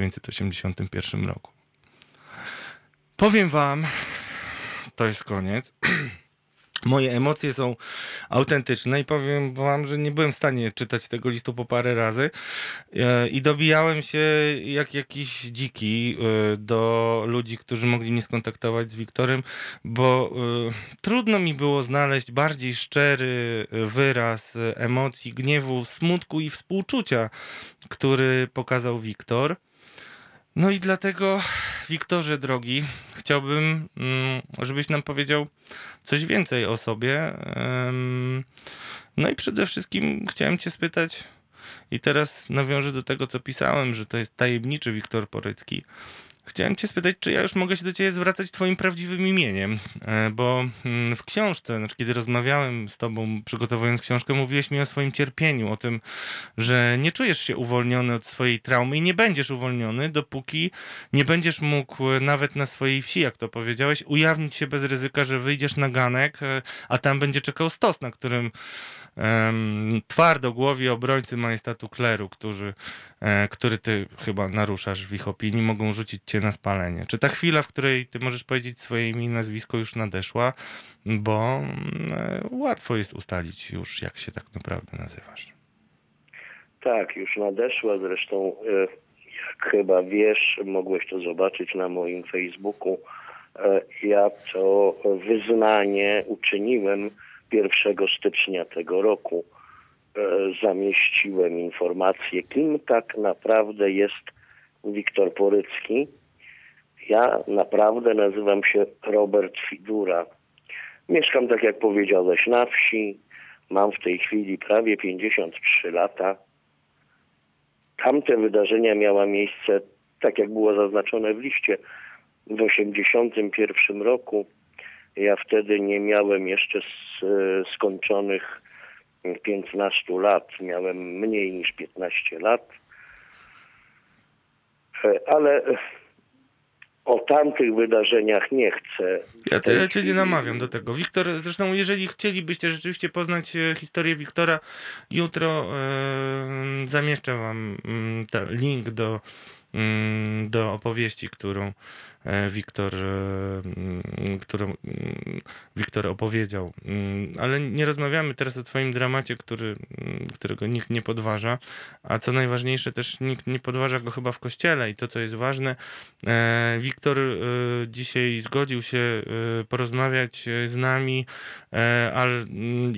1981 roku. Powiem wam, to jest koniec. Moje emocje są autentyczne i powiem wam, że nie byłem w stanie czytać tego listu po parę razy i dobijałem się jak jakiś dziki do ludzi, którzy mogli mnie skontaktować z Wiktorem, bo trudno mi było znaleźć bardziej szczery wyraz emocji, gniewu, smutku i współczucia, który pokazał Wiktor. No i dlatego, Wiktorze drogi, chciałbym, żebyś nam powiedział coś więcej o sobie. No i przede wszystkim chciałem cię spytać, i teraz nawiążę do tego, co pisałem, że to jest tajemniczy Wiktor Porycki. Chciałem cię spytać, czy ja już mogę się do ciebie zwracać twoim prawdziwym imieniem, bo w książce, znaczy kiedy rozmawiałem z tobą, przygotowując książkę, mówiłeś mi o swoim cierpieniu, o tym, że nie czujesz się uwolniony od swojej traumy i nie będziesz uwolniony, dopóki nie będziesz mógł nawet na swojej wsi, jak to powiedziałeś, ujawnić się bez ryzyka, że wyjdziesz na ganek, a tam będzie czekał stos, na którym twardogłowi obrońcy majestatu kleru, który ty chyba naruszasz w ich opinii, mogą rzucić cię na spalenie. Czy ta chwila, w której ty możesz powiedzieć swoje imię i nazwisko, już nadeszła? Bo łatwo jest ustalić już, jak się tak naprawdę nazywasz. Tak, już nadeszła. Zresztą, jak chyba wiesz, mogłeś to zobaczyć na moim Facebooku. Ja to wyznanie uczyniłem 1 stycznia tego roku. Zamieściłem informację, kim tak naprawdę jest Wiktor Porycki. Ja naprawdę nazywam się Robert Figura. Mieszkam, tak jak powiedziałeś, na wsi. Mam w tej chwili prawie 53 lata. Tamte wydarzenia miały miejsce, tak jak było zaznaczone w liście, w 1981 roku. Ja wtedy nie miałem jeszcze skończonych 15 lat. Miałem mniej niż 15 lat. Ale o tamtych wydarzeniach nie chcę. Ja cię nie namawiam do tego. Wiktor, zresztą jeżeli chcielibyście rzeczywiście poznać historię Wiktora, jutro zamieszczę wam link do opowieści, którą Wiktor opowiedział. Ale nie rozmawiamy teraz o twoim dramacie, którego nikt nie podważa, a co najważniejsze, też nikt nie podważa go chyba w kościele i to, co jest ważne, Wiktor dzisiaj zgodził się porozmawiać z nami, ale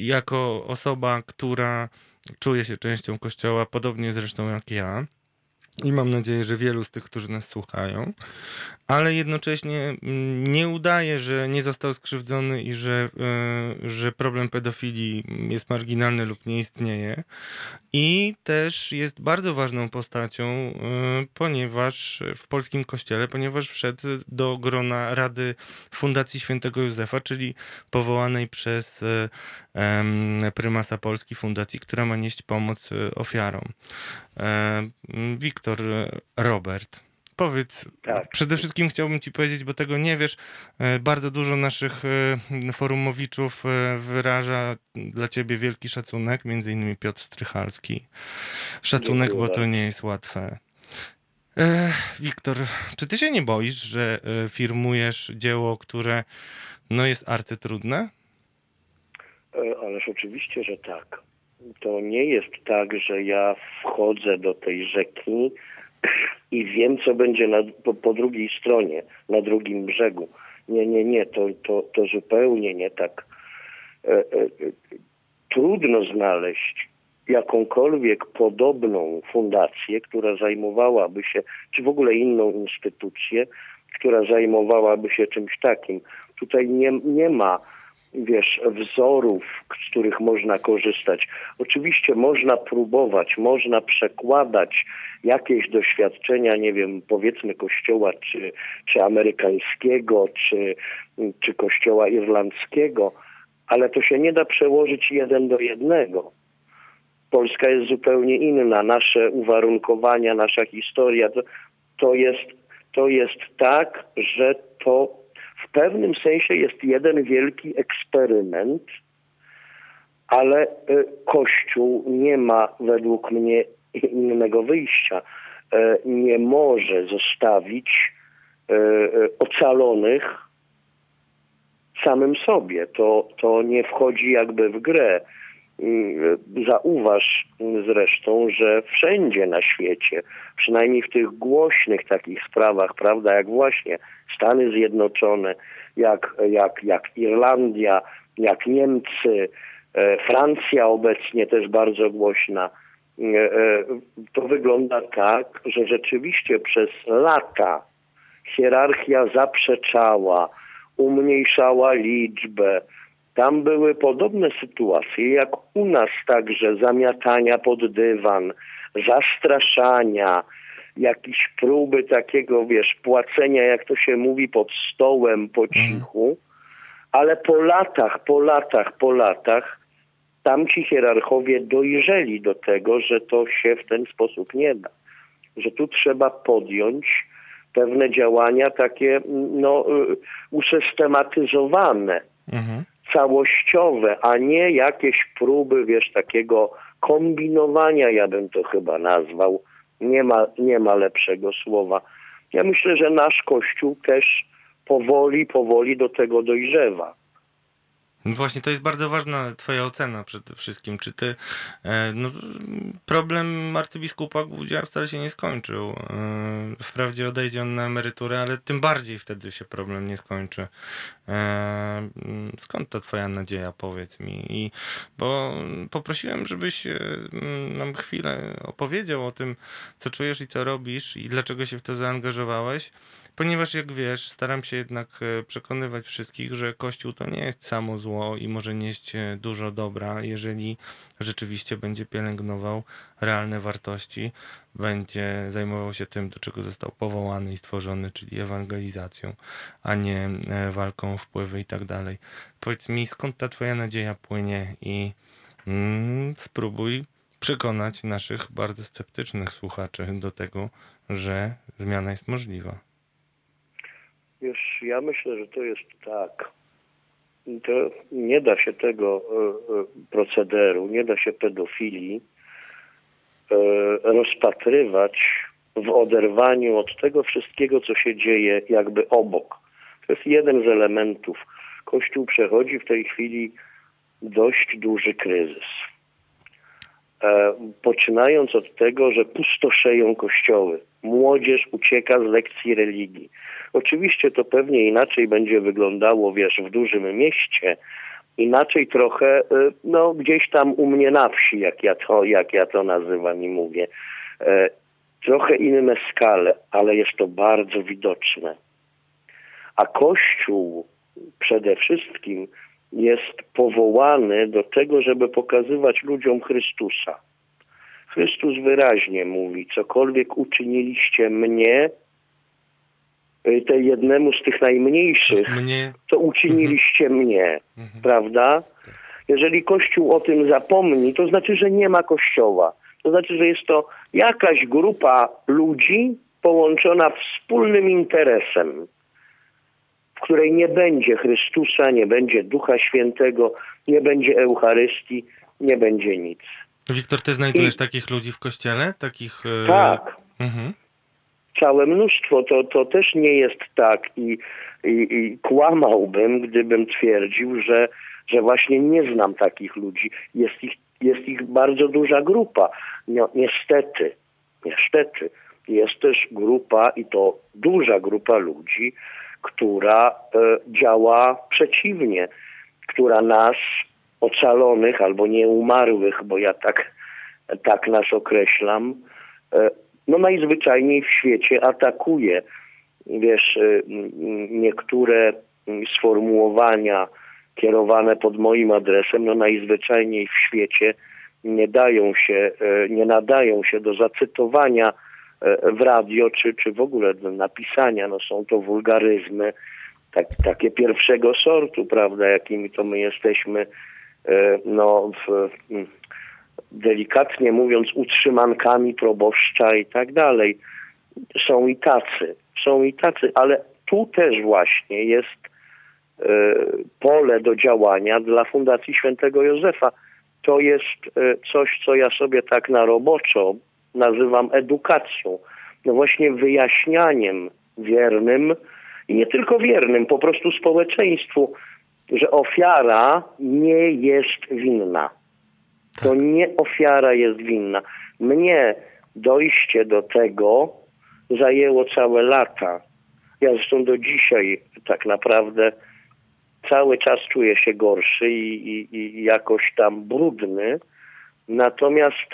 jako osoba, która czuje się częścią kościoła, podobnie zresztą jak ja. i mam nadzieję, że wielu z tych, którzy nas słuchają, ale jednocześnie nie udaje, że nie został skrzywdzony i że problem pedofilii jest marginalny lub nie istnieje. I też jest bardzo ważną postacią, ponieważ w polskim kościele, ponieważ wszedł do grona Rady Fundacji Świętego Józefa, czyli powołanej przez prymasa Polski fundacji, która ma nieść pomoc ofiarom. Wiktor, Robert, powiedz, Tak. przede wszystkim chciałbym ci powiedzieć, bo tego nie wiesz, bardzo dużo naszych forumowiczów wyraża dla ciebie wielki szacunek, między innymi Piotr Strychalski. Szacunek, Dziękuję bo to bardzo. nie jest łatwe. Wiktor, czy ty się nie boisz, że firmujesz dzieło, które jest arcytrudne? Ależ oczywiście, że tak. To nie jest tak, że ja wchodzę do tej rzeki i wiem, co będzie po drugiej stronie, na drugim brzegu. Nie, to zupełnie nie tak. Trudno znaleźć jakąkolwiek podobną fundację, która zajmowałaby się, czy w ogóle inną instytucję, która zajmowałaby się czymś takim. Tutaj nie ma, wzorów, z których można korzystać. Oczywiście można próbować, można przekładać jakieś doświadczenia, nie wiem, powiedzmy kościoła czy amerykańskiego, czy kościoła irlandzkiego, ale to się nie da przełożyć 1:1. Polska jest zupełnie inna. Nasze uwarunkowania, nasza historia, to jest tak, że to w pewnym sensie jest jeden wielki eksperyment, ale Kościół nie ma według mnie innego wyjścia. Nie może zostawić ocalonych samym sobie. To nie wchodzi jakby w grę. Zauważ zresztą, że wszędzie na świecie, przynajmniej w tych głośnych takich sprawach, prawda, jak właśnie Stany Zjednoczone, jak Irlandia, jak Niemcy, Francja obecnie też bardzo głośna, to wygląda tak, że rzeczywiście przez lata hierarchia zaprzeczała, umniejszała liczbę. Tam były podobne sytuacje, jak u nas także, zamiatania pod dywan, zastraszania, jakieś próby takiego, płacenia, jak to się mówi, pod stołem, po cichu, ale po latach tamci hierarchowie dojrzeli do tego, że to się w ten sposób nie da. Że tu trzeba podjąć pewne działania takie, usystematyzowane, całościowe, a nie jakieś próby, takiego kombinowania, ja bym to chyba nazwał. Nie ma lepszego słowa. Ja myślę, że nasz Kościół też powoli do tego dojrzewa. Właśnie to jest bardzo ważna twoja ocena przede wszystkim. Czy ty... problem arcybiskupa Głódzia wcale się nie skończył. Wprawdzie odejdzie on na emeryturę, ale tym bardziej wtedy się problem nie skończy. Skąd ta twoja nadzieja, powiedz mi? Bo poprosiłem, żebyś nam chwilę opowiedział o tym, co czujesz i co robisz i dlaczego się w to zaangażowałeś. Ponieważ jak wiesz, staram się jednak przekonywać wszystkich, że Kościół to nie jest samo zło i może nieść dużo dobra, jeżeli rzeczywiście będzie pielęgnował realne wartości, będzie zajmował się tym, do czego został powołany i stworzony, czyli ewangelizacją, a nie walką o wpływy i tak dalej. Powiedz mi, skąd ta twoja nadzieja płynie i spróbuj przekonać naszych bardzo sceptycznych słuchaczy do tego, że zmiana jest możliwa. Ja myślę, że to jest tak. To nie da się tego procederu, nie da się pedofilii rozpatrywać w oderwaniu od tego wszystkiego, co się dzieje jakby obok. To jest jeden z elementów. Kościół przechodzi w tej chwili dość duży kryzys. Poczynając od tego, że pustoszeją kościoły. Młodzież ucieka z lekcji religii. Oczywiście to pewnie inaczej będzie wyglądało, w dużym mieście. Inaczej trochę, gdzieś tam u mnie na wsi, jak ja to nazywam i mówię. trochę inne skale, ale jest to bardzo widoczne. A Kościół przede wszystkim jest powołany do tego, żeby pokazywać ludziom Chrystusa. Chrystus wyraźnie mówi, cokolwiek uczyniliście mnie, jednemu z tych najmniejszych, to uczyniliście mnie, prawda? Jeżeli Kościół o tym zapomni, to znaczy, że nie ma Kościoła. To znaczy, że jest to jakaś grupa ludzi połączona wspólnym interesem, w której nie będzie Chrystusa, nie będzie Ducha Świętego, nie będzie Eucharystii, nie będzie nic. Wiktor, ty znajdujesz takich ludzi w Kościele? Takich... Tak. Całe mnóstwo. To też nie jest tak i kłamałbym, gdybym twierdził, że właśnie nie znam takich ludzi. Jest ich bardzo duża grupa. No, niestety jest też grupa i to duża grupa ludzi, która działa przeciwnie, która nas ocalonych albo nieumarłych, bo ja tak nas określam, no najzwyczajniej w świecie atakuje. Wiesz, niektóre sformułowania kierowane pod moim adresem, no najzwyczajniej w świecie nie nadają się do zacytowania w radio, czy w ogóle do napisania. No są to wulgaryzmy takie pierwszego sortu, prawda, jakimi to my jesteśmy, delikatnie mówiąc, utrzymankami proboszcza i tak dalej. Są i tacy, ale tu też właśnie jest pole do działania dla Fundacji Świętego Józefa. To jest coś, co ja sobie tak na roboczo nazywam edukacją. No właśnie wyjaśnianiem wiernym i nie tylko wiernym, po prostu społeczeństwu, że ofiara nie jest winna. To nie ofiara jest winna. Mnie dojście do tego zajęło całe lata. Ja zresztą do dzisiaj tak naprawdę cały czas czuję się gorszy i jakoś tam brudny. Natomiast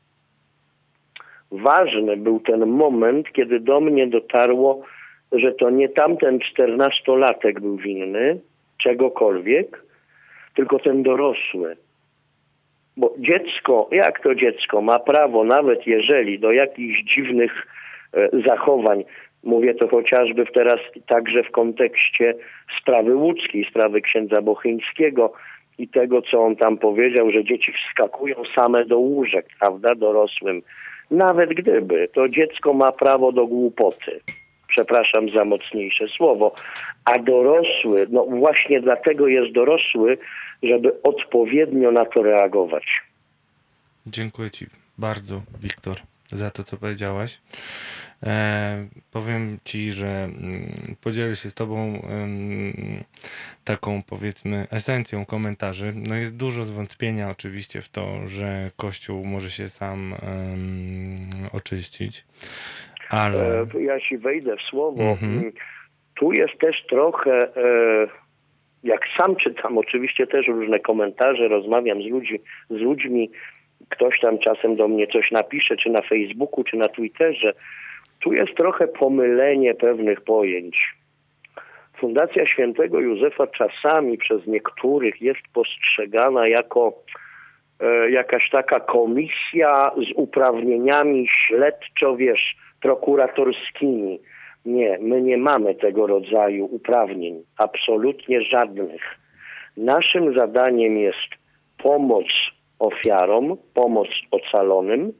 ważny był ten moment, kiedy do mnie dotarło, że to nie tamten 14-latek był winny czegokolwiek, tylko ten dorosły. Bo dziecko, jak to dziecko, ma prawo, nawet jeżeli do jakichś dziwnych zachowań, mówię to chociażby teraz także w kontekście sprawy łódzkiej, sprawy księdza Bochyńskiego i tego, co on tam powiedział, że dzieci wskakują same do łóżek, prawda, dorosłym. Nawet gdyby, to dziecko ma prawo do głupoty. Przepraszam za mocniejsze słowo. A dorosły, no właśnie dlatego jest dorosły, żeby odpowiednio na to reagować. Dziękuję ci bardzo, Wiktor, za to, co powiedziałaś. Powiem ci, że podzielę się z tobą taką, powiedzmy, esencją komentarzy. No jest dużo zwątpienia oczywiście w to, że Kościół może się sam oczyścić, ale... Ja ci wejdę w słowo. Tu jest też trochę... Jak sam czytam oczywiście też różne komentarze, rozmawiam z ludźmi, ktoś tam czasem do mnie coś napisze, czy na Facebooku, czy na Twitterze. Tu jest trochę pomylenie pewnych pojęć. Fundacja Świętego Józefa czasami przez niektórych jest postrzegana jako jakaś taka komisja z uprawnieniami prokuratorskimi. Nie, my nie mamy tego rodzaju uprawnień, absolutnie żadnych. Naszym zadaniem jest pomoc ofiarom, pomoc ocalonym.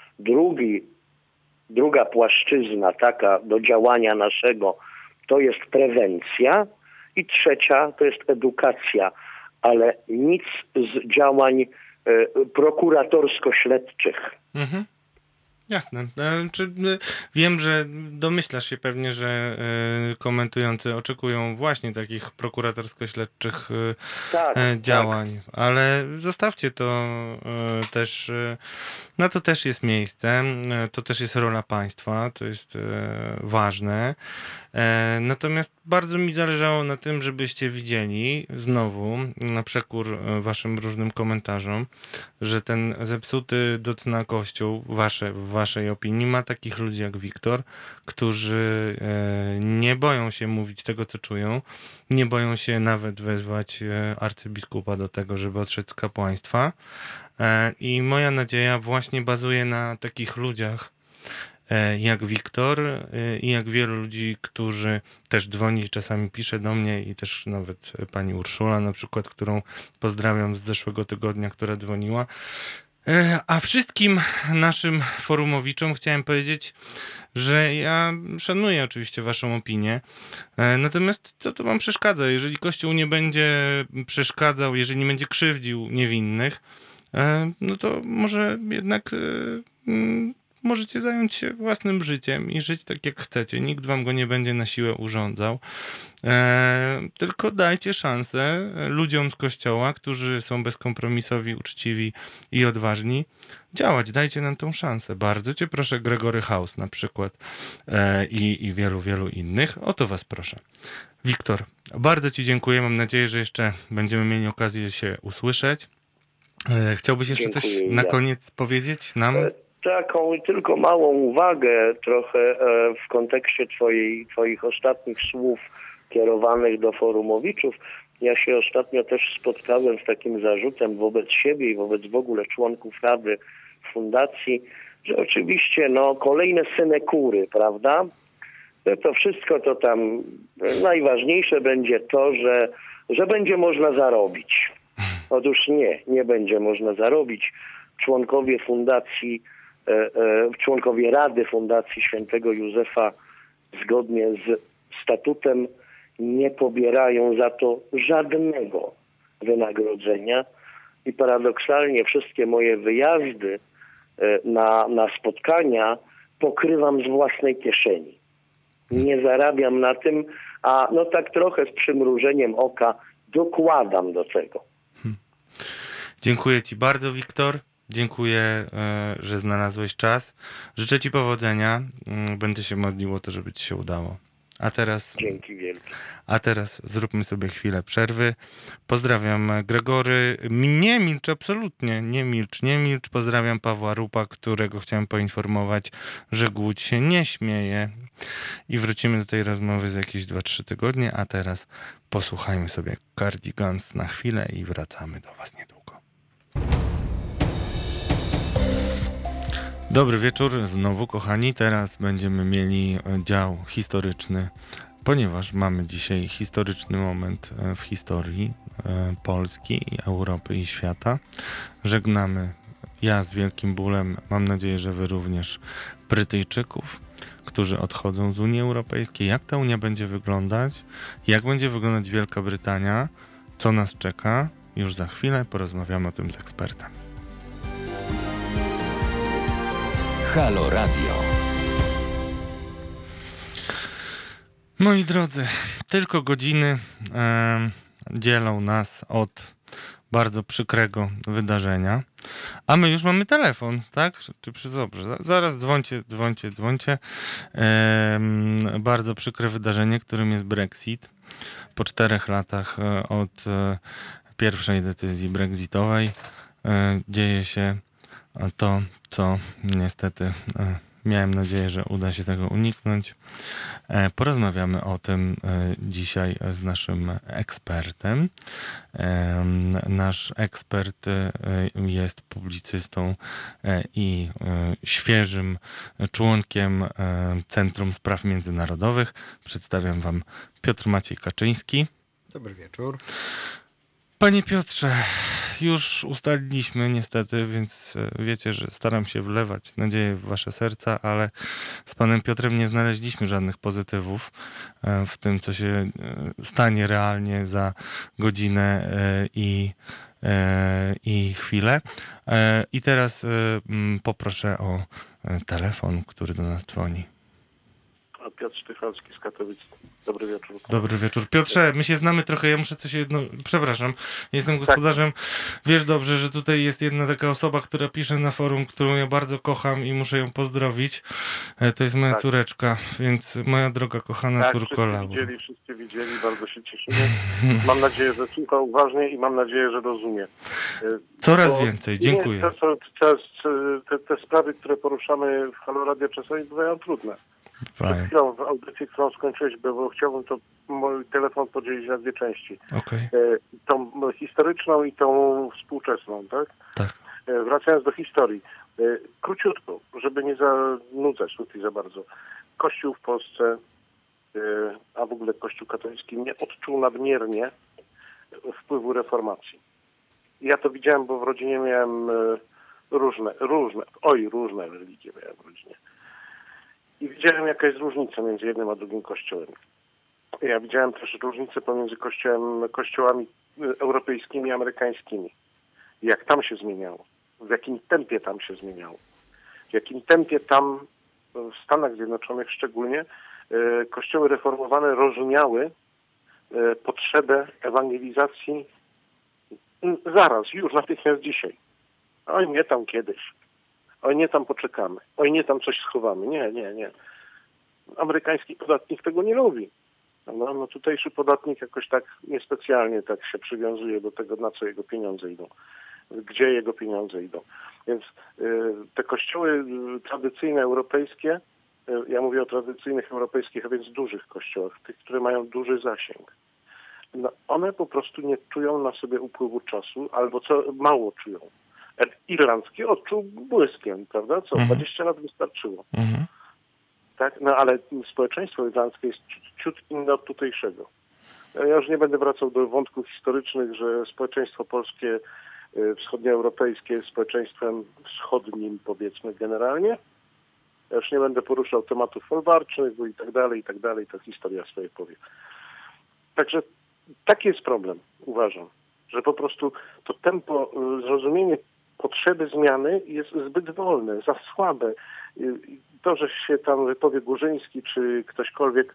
Druga płaszczyzna taka do działania naszego to jest prewencja i trzecia to jest edukacja, ale nic z działań prokuratorsko-śledczych. Jasne. Wiem, że domyślasz się pewnie, że komentujący oczekują właśnie takich prokuratorsko-śledczych działań, ale zostawcie to też, na to też jest miejsce, to też jest rola państwa, to jest ważne. Natomiast bardzo mi zależało na tym, żebyście widzieli znowu, na przekór waszym różnym komentarzom, że ten zepsuty do cna Kościół w waszej opinii, ma takich ludzi jak Wiktor, którzy nie boją się mówić tego, co czują, nie boją się nawet wezwać arcybiskupa do tego, żeby odszedł z kapłaństwa. I moja nadzieja właśnie bazuje na takich ludziach jak Wiktor i jak wielu ludzi, którzy też dzwoni i czasami pisze do mnie i też nawet pani Urszula na przykład, którą pozdrawiam z zeszłego tygodnia, która dzwoniła. A wszystkim naszym forumowiczom chciałem powiedzieć, że ja szanuję oczywiście waszą opinię, natomiast co to wam przeszkadza? Jeżeli Kościół nie będzie przeszkadzał, jeżeli nie będzie krzywdził niewinnych, no to może jednak możecie zająć się własnym życiem i żyć tak jak chcecie. Nikt wam go nie będzie na siłę urządzał. Tylko dajcie szansę ludziom z Kościoła, którzy są bezkompromisowi, uczciwi i odważni, działać. Dajcie nam tą szansę. Bardzo cię proszę, Gregory House na przykład i wielu, wielu innych. O to was proszę. Wiktor, bardzo ci dziękuję. Mam nadzieję, że jeszcze będziemy mieli okazję się usłyszeć. Chciałbyś jeszcze coś na koniec powiedzieć nam? Taką tylko małą uwagę trochę w kontekście twoich ostatnich słów kierowanych do forumowiczów. Ja się ostatnio też spotkałem z takim zarzutem wobec siebie i wobec w ogóle członków Rady Fundacji, że oczywiście kolejne synekury, prawda? To wszystko to tam najważniejsze będzie to, że będzie można zarobić. Otóż nie będzie można zarobić. Członkowie fundacji, członkowie Rady Fundacji Świętego Józefa zgodnie z statutem nie pobierają za to żadnego wynagrodzenia i paradoksalnie wszystkie moje wyjazdy na spotkania pokrywam z własnej kieszeni. Nie zarabiam na tym, a tak trochę z przymrużeniem oka dokładam do tego. Dziękuję ci bardzo, Wiktor. Dziękuję, że znalazłeś czas. Życzę ci powodzenia. Będę się modlił o to, żeby ci się udało. Dzięki wielkie. A teraz zróbmy sobie chwilę przerwy. Pozdrawiam Gregory. Nie milcz, absolutnie. Nie milcz. Pozdrawiam Pawła Rupa, którego chciałem poinformować, że głódź się nie śmieje. I wrócimy do tej rozmowy za jakieś 2-3 tygodnie. A teraz posłuchajmy sobie Cardigans na chwilę i wracamy do was niedługo. Dobry wieczór znowu, kochani. Teraz będziemy mieli dział historyczny, ponieważ mamy dzisiaj historyczny moment w historii Polski, i Europy i świata. Żegnamy, ja z wielkim bólem, mam nadzieję, że wy również, Brytyjczyków, którzy odchodzą z Unii Europejskiej. Jak ta Unia będzie wyglądać? Jak będzie wyglądać Wielka Brytania? Co nas czeka? Już za chwilę porozmawiamy o tym z ekspertem. Halo Radio. Moi drodzy, tylko godziny dzielą nas od bardzo przykrego wydarzenia, a my już mamy telefon, tak? Dobrze, zaraz dzwońcie. Bardzo przykre wydarzenie, którym jest Brexit. Po 4 latach od pierwszej decyzji brexitowej dzieje się to, co niestety miałem nadzieję, że uda się tego uniknąć. Porozmawiamy o tym dzisiaj z naszym ekspertem. Nasz ekspert jest publicystą i świeżym członkiem Centrum Spraw Międzynarodowych. Przedstawiam wam Piotr Maciej Kaczyński. Dobry wieczór. Panie Piotrze, już ustaliliśmy niestety, więc wiecie, że staram się wlewać nadzieję w wasze serca, ale z panem Piotrem nie znaleźliśmy żadnych pozytywów w tym, co się stanie realnie za godzinę i chwilę. I teraz poproszę o telefon, który do nas dzwoni. Piotr Sztychalski z Katowic. Dobry wieczór. Dobry wieczór. Piotrze, my się znamy trochę, ja muszę coś jedno... Przepraszam, jestem gospodarzem. Wiesz dobrze, że tutaj jest jedna taka osoba, która pisze na forum, którą ja bardzo kocham i muszę ją pozdrowić. To jest moja córeczka, więc moja droga, kochana córko Laura. Wszyscy widzieli, bardzo się cieszymy. Mam nadzieję, że słucha uważnie i mam nadzieję, że rozumie. Coraz więcej, dziękuję. Te sprawy, które poruszamy w Halo Radio, czasami bywają trudne. Przed chwilą w audycji, którą skończyłeś, bo chciałbym to mój telefon podzielić na dwie części. Okay. Tą historyczną i tą współczesną, tak? Tak. Wracając do historii. Króciutko, żeby nie zanudzać tutaj za bardzo. Kościół w Polsce, a w ogóle Kościół katolicki nie odczuł nadmiernie wpływu reformacji. Ja to widziałem, bo w rodzinie miałem różne religie miałem w rodzinie. I widziałem, jaka jest różnica między jednym a drugim kościołem. Ja widziałem też różnicę pomiędzy kościołami europejskimi i amerykańskimi. Jak tam się zmieniało. W jakim tempie tam się zmieniało. W jakim tempie tam, w Stanach Zjednoczonych szczególnie, kościoły reformowane rozumiały potrzebę ewangelizacji zaraz, już natychmiast dzisiaj. Oj, nie tam kiedyś. Oj, nie tam poczekamy. Oj, nie tam coś schowamy. Nie. Amerykański podatnik tego nie lubi. No tutejszy podatnik jakoś tak niespecjalnie tak się przywiązuje do tego, na co jego pieniądze idą. Gdzie jego pieniądze idą. Więc te kościoły tradycyjne europejskie, ja mówię o tradycyjnych europejskich, a więc dużych kościołach, tych, które mają duży zasięg. No, one po prostu nie czują na sobie upływu czasu, albo co mało czują. Irlandzki odczuł błyskiem, prawda? 20 lat wystarczyło. Tak? No ale społeczeństwo irlandzkie jest ciut inne od tutejszego. Ja już nie będę wracał do wątków historycznych, że społeczeństwo polskie, wschodnioeuropejskie jest społeczeństwem wschodnim, powiedzmy generalnie. Ja już nie będę poruszał tematów folwarcznych i tak dalej, ta historia swoje powie. Także taki jest problem, uważam, że po prostu to tempo, zrozumienie potrzeby zmiany jest zbyt wolne, za słabe. To, że się tam wypowie Górzyński czy ktośkolwiek,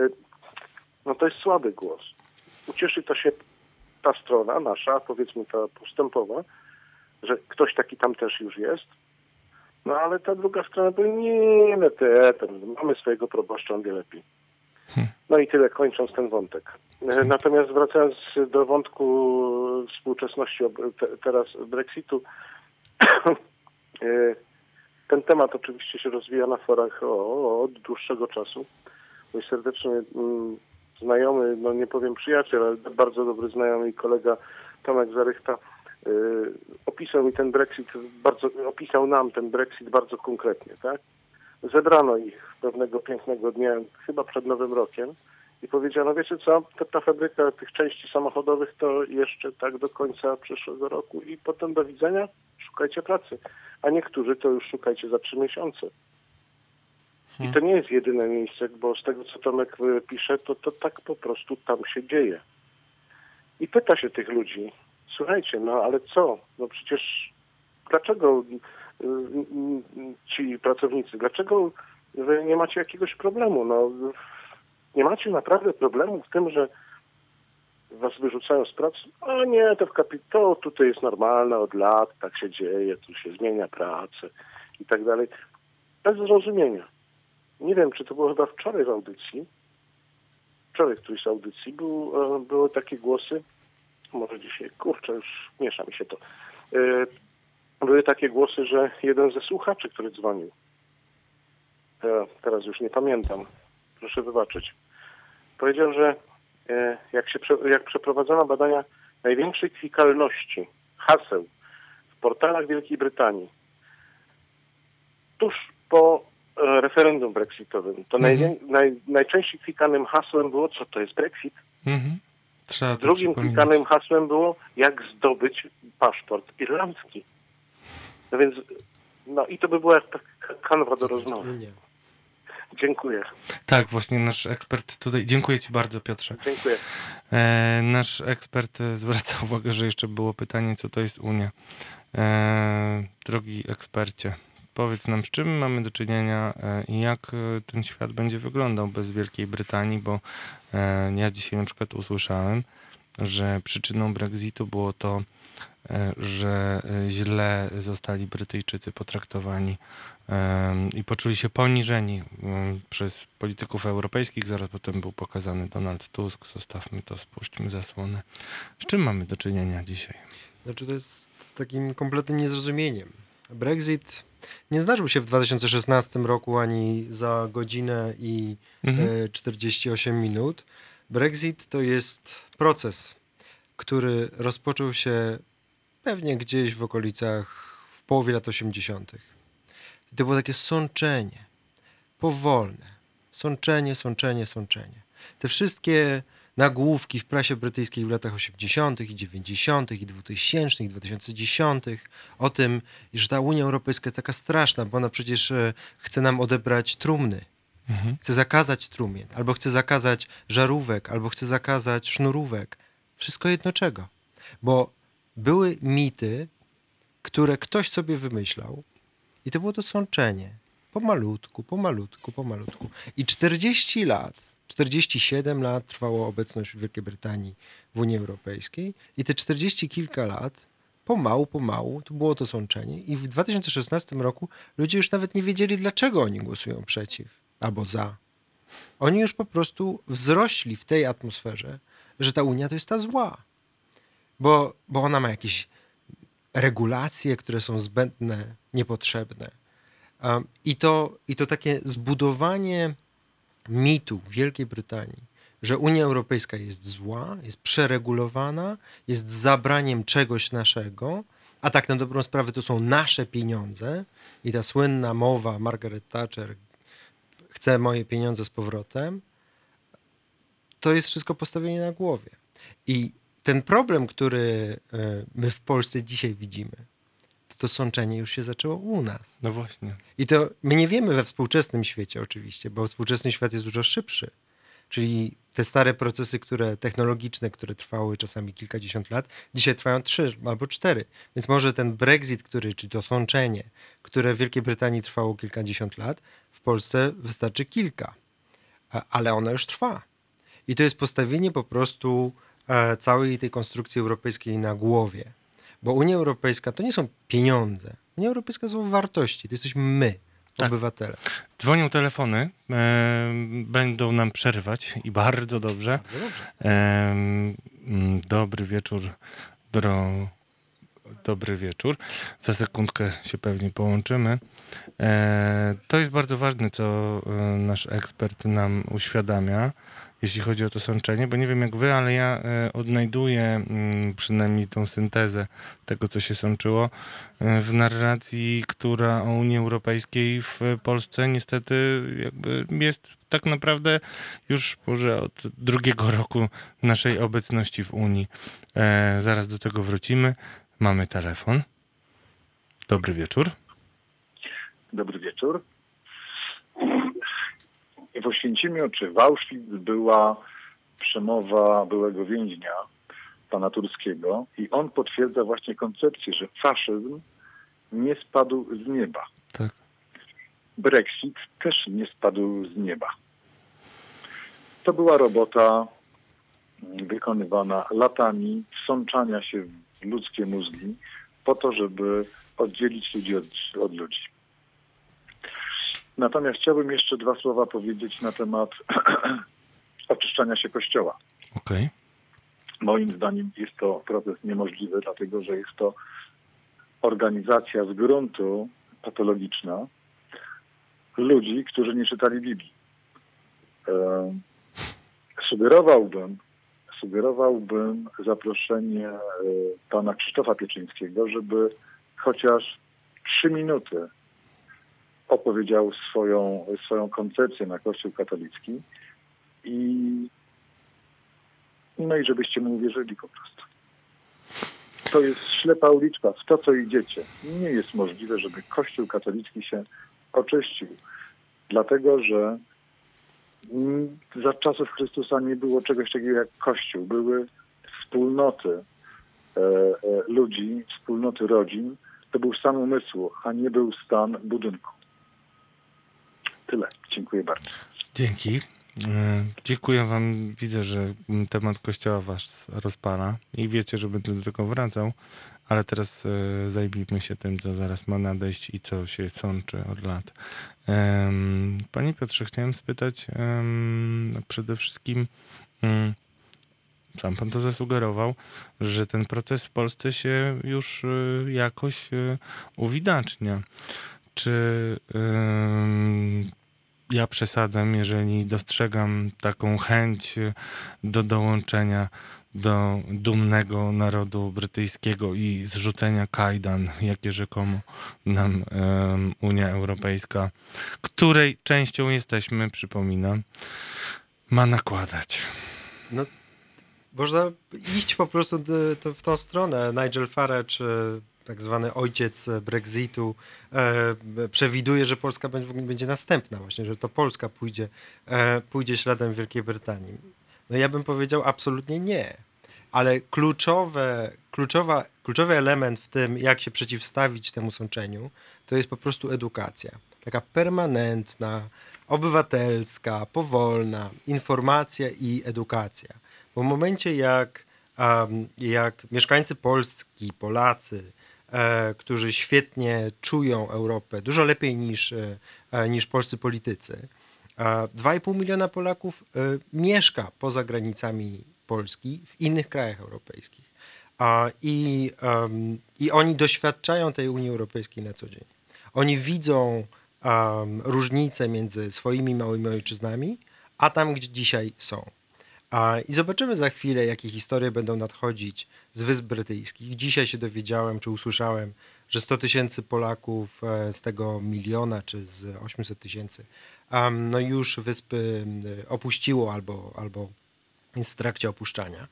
no to jest słaby głos. Ucieszy to się ta strona nasza, powiedzmy ta postępowa, że ktoś taki tam też już jest, no ale ta druga strona powie, nie, mamy swojego proboszcza, on wie lepiej. No i tyle, kończąc ten wątek. Natomiast wracając do wątku współczesności, teraz Brexitu, ten temat oczywiście się rozwija na forach od dłuższego czasu. Mój serdeczny znajomy, no nie powiem przyjaciel, ale bardzo dobry znajomy i kolega Tomek Zarychta opisał nam ten Brexit bardzo konkretnie, tak? Zebrano ich pewnego pięknego dnia, chyba przed Nowym Rokiem, i powiedziano, wiecie co, ta fabryka tych części samochodowych to jeszcze tak do końca przyszłego roku i potem do widzenia, szukajcie pracy. A niektórzy to już szukajcie za 3 miesiące. I to nie jest jedyne miejsce, bo z tego, co Tomek pisze, to tak po prostu tam się dzieje. I pyta się tych ludzi, słuchajcie, no ale co? No przecież dlaczego ci pracownicy, dlaczego wy nie macie jakiegoś problemu? No nie macie naprawdę problemu w tym, że was wyrzucają z pracy? O nie, to tutaj jest normalne od lat, tak się dzieje, tu się zmienia pracę i tak dalej. Bez zrozumienia. Nie wiem, czy to było chyba wczoraj w audycji. Wczoraj w którejś audycji były takie głosy, może dzisiaj, kurczę, już miesza mi się to. Były takie głosy, że jeden ze słuchaczy, który dzwonił, teraz już nie pamiętam, proszę wybaczyć, powiedział, że jak przeprowadzono badania największej klikalności haseł w portalach Wielkiej Brytanii tuż po referendum brexitowym, to najczęściej klikanym hasłem było, co to jest Brexit. Drugim klikanym hasłem było, jak zdobyć paszport irlandzki. No więc, no i to by była taka kanwa do rozmowy. Dziękuję. Tak, właśnie nasz ekspert tutaj, dziękuję ci bardzo, Piotrze. Dziękuję. Nasz ekspert zwraca uwagę, że jeszcze było pytanie, co to jest Unia. Drogi ekspercie, powiedz nam, z czym mamy do czynienia i jak ten świat będzie wyglądał bez Wielkiej Brytanii, bo ja dzisiaj na przykład usłyszałem, że przyczyną Brexitu było to, że źle zostali Brytyjczycy potraktowani i poczuli się poniżeni przez polityków europejskich. Zaraz potem był pokazany Donald Tusk. Zostawmy to, spuśćmy zasłonę. Z czym mamy do czynienia dzisiaj? Znaczy to jest z takim kompletnym niezrozumieniem. Brexit nie zdarzył się w 2016 roku ani za godzinę i 48 minut. Brexit to jest proces, który rozpoczął się pewnie gdzieś w okolicach w połowie lat 80. I to było takie sączenie, powolne. Sączenie. Te wszystkie nagłówki w prasie brytyjskiej w latach 80. i 90. i 2000. i 2010 o tym, że ta Unia Europejska jest taka straszna, bo ona przecież chce nam odebrać trumny. Chce zakazać trumien, albo chce zakazać żarówek, albo chce zakazać sznurówek. Wszystko jedno czego. Bo były mity, które ktoś sobie wymyślał i to było to sączenie. Pomalutku. I 40 lat, 47 lat trwała obecność Wielkiej Brytanii w Unii Europejskiej i te 40 kilka lat pomału, to było to sączenie i w 2016 roku ludzie już nawet nie wiedzieli, dlaczego oni głosują przeciw albo za. Oni już po prostu wzrośli w tej atmosferze, że ta Unia to jest ta zła. Bo ona ma jakieś regulacje, które są zbędne, niepotrzebne. I to takie zbudowanie mitu w Wielkiej Brytanii, że Unia Europejska jest zła, jest przeregulowana, jest zabraniem czegoś naszego, a tak na dobrą sprawę to są nasze pieniądze i ta słynna mowa Margaret Thatcher chce moje pieniądze z powrotem, to jest wszystko postawienie na głowie. I ten problem, który my w Polsce dzisiaj widzimy, to sączenie już się zaczęło u nas. No właśnie. I to my nie wiemy we współczesnym świecie oczywiście, bo współczesny świat jest dużo szybszy. Czyli te stare procesy technologiczne, które trwały czasami kilkadziesiąt lat, dzisiaj trwają 3 albo 4. Więc może ten Brexit, czyli to sączenie, które w Wielkiej Brytanii trwało kilkadziesiąt lat, w Polsce wystarczy kilka. Ale ono już trwa. I to jest postawienie po prostu całej tej konstrukcji europejskiej na głowie. Bo Unia Europejska to nie są pieniądze. Unia Europejska to są wartości. To jesteśmy my, obywatele. Dzwonią telefony, będą nam przerywać i bardzo dobrze. Bardzo dobrze. Dobry wieczór. Za sekundkę się pewnie połączymy. To jest bardzo ważne, co nasz ekspert nam uświadamia, jeśli chodzi o to sączenie, bo nie wiem jak wy, ale ja odnajduję przynajmniej tą syntezę tego, co się sączyło w narracji, która o Unii Europejskiej w Polsce niestety jakby jest tak naprawdę już może od 2 roku naszej obecności w Unii. Zaraz do tego wrócimy. Mamy telefon. Dobry wieczór. Dobry wieczór. W Oświęcimiu czy w Auschwitz była przemowa byłego więźnia, pana Turskiego, i on potwierdza właśnie koncepcję, że faszyzm nie spadł z nieba. Tak. Brexit też nie spadł z nieba. To była robota wykonywana latami wsączania się w ludzkie mózgi po to, żeby oddzielić ludzi od ludzi. Natomiast chciałbym jeszcze 2 słowa powiedzieć na temat oczyszczania się Kościoła. Okej. Moim zdaniem jest to proces niemożliwy, dlatego że jest to organizacja z gruntu patologiczna ludzi, którzy nie czytali Biblii. Sugerowałbym zaproszenie pana Krzysztofa Pieczyńskiego, żeby chociaż 3 minuty opowiedział swoją koncepcję na Kościół katolicki i żebyście mu uwierzyli po prostu. To jest ślepa uliczka. W to, co idziecie, nie jest możliwe, żeby Kościół katolicki się oczyścił. Dlatego, że za czasów Chrystusa nie było czegoś takiego jak Kościół. Były wspólnoty ludzi, wspólnoty rodzin, to był stan umysłu, a nie był stan budynku. Tyle. Dziękuję bardzo. Dzięki. Dziękuję wam. Widzę, że temat Kościoła was rozpala i wiecie, że będę do tego wracał, ale teraz zajmijmy się tym, co zaraz ma nadejść i co się sączy od lat. Panie Piotrze, chciałem spytać przede wszystkim, sam pan to zasugerował, że ten proces w Polsce się już jakoś uwidacznia. Czy ja przesadzam, jeżeli dostrzegam taką chęć do dołączenia do dumnego narodu brytyjskiego i zrzucenia kajdan, jakie rzekomo nam Unia Europejska, której częścią jesteśmy, przypominam, ma nakładać? No, można iść po prostu w tą stronę. Nigel Farage, tak zwany ojciec Brexitu, przewiduje, że Polska będzie następna właśnie, że to Polska pójdzie śladem Wielkiej Brytanii. No ja bym powiedział absolutnie nie. Ale kluczowy element w tym, jak się przeciwstawić temu sączeniu, to jest po prostu edukacja. Taka permanentna, obywatelska, powolna informacja i edukacja. Bo w momencie, jak mieszkańcy Polski, Polacy, którzy świetnie czują Europę, dużo lepiej niż polscy politycy, 2,5 miliona Polaków mieszka poza granicami Polski w innych krajach europejskich. I oni doświadczają tej Unii Europejskiej na co dzień. Oni widzą różnice między swoimi małymi ojczyznami, a tam, gdzie dzisiaj są. I zobaczymy za chwilę, jakie historie będą nadchodzić z Wysp Brytyjskich. Dzisiaj się dowiedziałem, czy usłyszałem, że 100 000 Polaków z tego miliona, czy z 800 000, no już wyspy opuściło albo jest w trakcie opuszczania.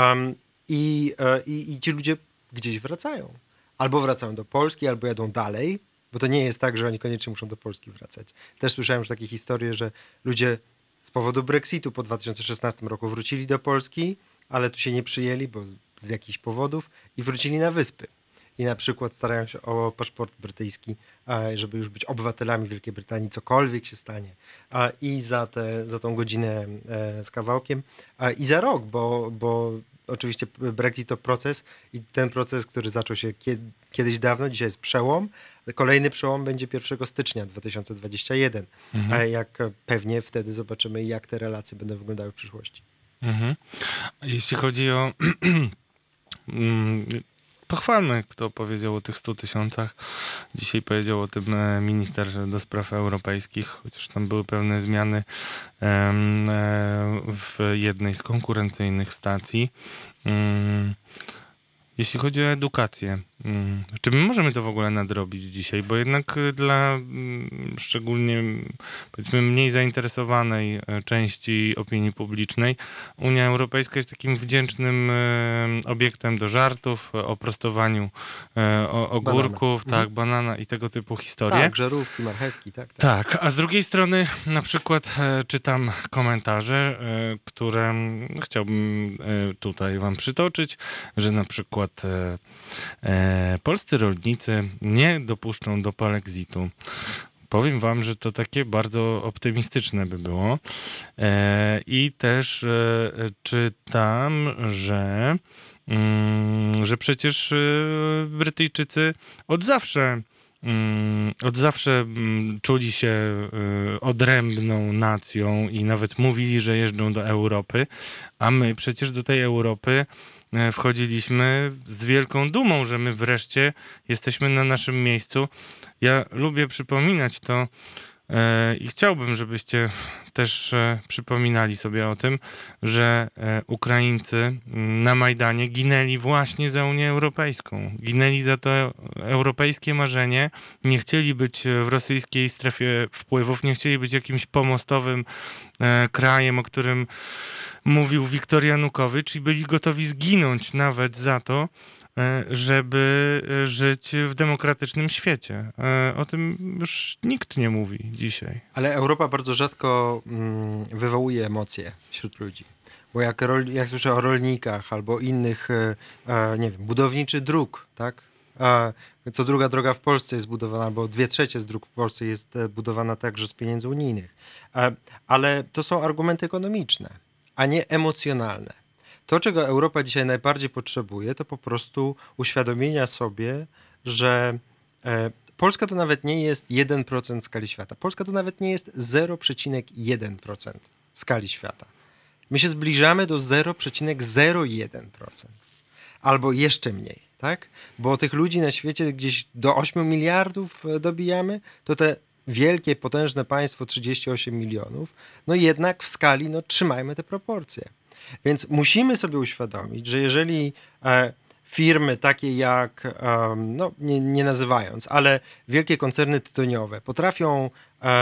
I ci ludzie gdzieś wracają. Albo wracają do Polski, albo jadą dalej, bo to nie jest tak, że oni koniecznie muszą do Polski wracać. Też słyszałem już takie historie, że ludzie z powodu Brexitu po 2016 roku wrócili do Polski, ale tu się nie przyjęli, bo z jakichś powodów i wrócili na wyspy. I na przykład starają się o paszport brytyjski, żeby już być obywatelami Wielkiej Brytanii, cokolwiek się stanie. I za tą godzinę z kawałkiem. I za rok, bo oczywiście Brexit to proces i ten proces, który zaczął się kiedyś dawno, dzisiaj jest przełom. Kolejny przełom będzie 1 stycznia 2021. Jak pewnie wtedy zobaczymy, jak te relacje będą wyglądały w przyszłości. Jeśli chodzi o... Pochwalmy, kto powiedział o tych 100 000. Dzisiaj powiedział o tym minister do spraw europejskich, chociaż tam były pewne zmiany w jednej z konkurencyjnych stacji. Jeśli chodzi o edukację, czy my możemy to w ogóle nadrobić dzisiaj? Bo jednak dla szczególnie, powiedzmy, mniej zainteresowanej części opinii publicznej Unia Europejska jest takim wdzięcznym obiektem do żartów, o prostowaniu ogórków, banana i tego typu historie. Tak, żarówki, marchewki, tak. Tak, a z drugiej strony na przykład czytam komentarze, które chciałbym tutaj wam przytoczyć, że na przykład polscy rolnicy nie dopuszczą do polexitu. Powiem wam, że to takie bardzo optymistyczne by było. I też czytam, że przecież Brytyjczycy od zawsze czuli się odrębną nacją i nawet mówili, że jeżdżą do Europy, a my przecież do tej Europy wchodziliśmy z wielką dumą, że my wreszcie jesteśmy na naszym miejscu. Ja lubię przypominać to i chciałbym, żebyście też przypominali sobie o tym, że Ukraińcy na Majdanie ginęli właśnie za Unię Europejską. Ginęli za to europejskie marzenie. Nie chcieli być w rosyjskiej strefie wpływów, nie chcieli być jakimś pomostowym krajem, o którym mówił Viktor Janukowycz, i byli gotowi zginąć nawet za to, żeby żyć w demokratycznym świecie. O tym już nikt nie mówi dzisiaj. Ale Europa bardzo rzadko wywołuje emocje wśród ludzi. Bo jak słyszę o rolnikach albo innych, nie wiem, budowniczy dróg, tak? Co druga droga w Polsce jest budowana, albo 2/3 z dróg w Polsce jest budowana także z pieniędzy unijnych. Ale to są argumenty ekonomiczne, a nie emocjonalne. To, czego Europa dzisiaj najbardziej potrzebuje, to po prostu uświadomienia sobie, że Polska to nawet nie jest 1% skali świata. Polska to nawet nie jest 0,1% skali świata. My się zbliżamy do 0,01%. Albo jeszcze mniej, tak? Bo tych ludzi na świecie gdzieś do 8 miliardów dobijamy, to te wielkie, potężne państwo 38 milionów, no jednak w skali trzymajmy te proporcje. Więc musimy sobie uświadomić, że jeżeli firmy takie jak, nie nazywając, ale wielkie koncerny tytoniowe potrafią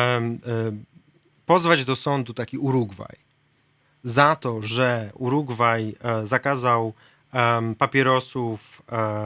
pozwać do sądu taki Urugwaj za to, że Urugwaj zakazał papierosów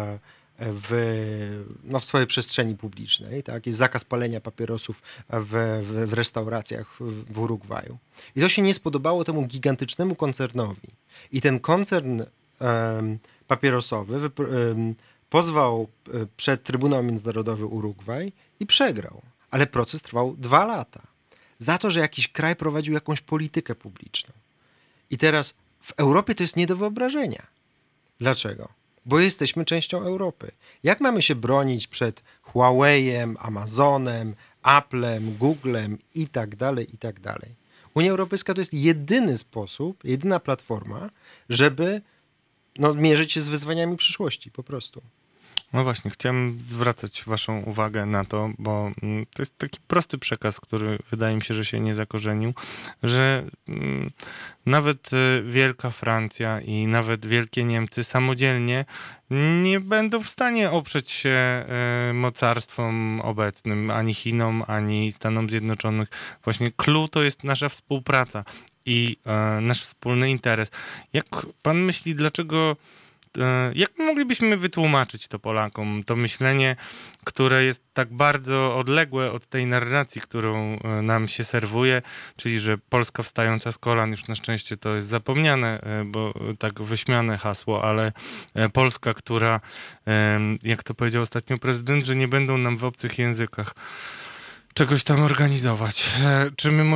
w swojej przestrzeni publicznej, tak? Jest zakaz palenia papierosów w restauracjach w Urugwaju. I to się nie spodobało temu gigantycznemu koncernowi. I ten koncern papierosowy pozwał przed Trybunał Międzynarodowy Urugwaj i przegrał. Ale proces trwał 2 lata. Za to, że jakiś kraj prowadził jakąś politykę publiczną. I teraz w Europie to jest nie do wyobrażenia. Dlaczego? Bo jesteśmy częścią Europy. Jak mamy się bronić przed Huawei'em, Amazonem, Apple'em, Googlem i tak dalej, i tak dalej? Unia Europejska to jest jedyny sposób, jedyna platforma, żeby mierzyć się z wyzwaniami przyszłości po prostu. No właśnie, chciałem zwracać waszą uwagę na to, bo to jest taki prosty przekaz, który wydaje mi się, że się nie zakorzenił, że nawet wielka Francja i nawet wielkie Niemcy samodzielnie nie będą w stanie oprzeć się mocarstwom obecnym, ani Chinom, ani Stanom Zjednoczonych. Właśnie clue to jest nasza współpraca i nasz wspólny interes. Jak pan myśli, jak moglibyśmy wytłumaczyć to Polakom, to myślenie, które jest tak bardzo odległe od tej narracji, którą nam się serwuje, czyli że Polska wstająca z kolan, już na szczęście to jest zapomniane, bo tak wyśmiane hasło, ale Polska, która, jak to powiedział ostatnio prezydent, że nie będą nam w obcych językach czegoś tam organizować. Czy my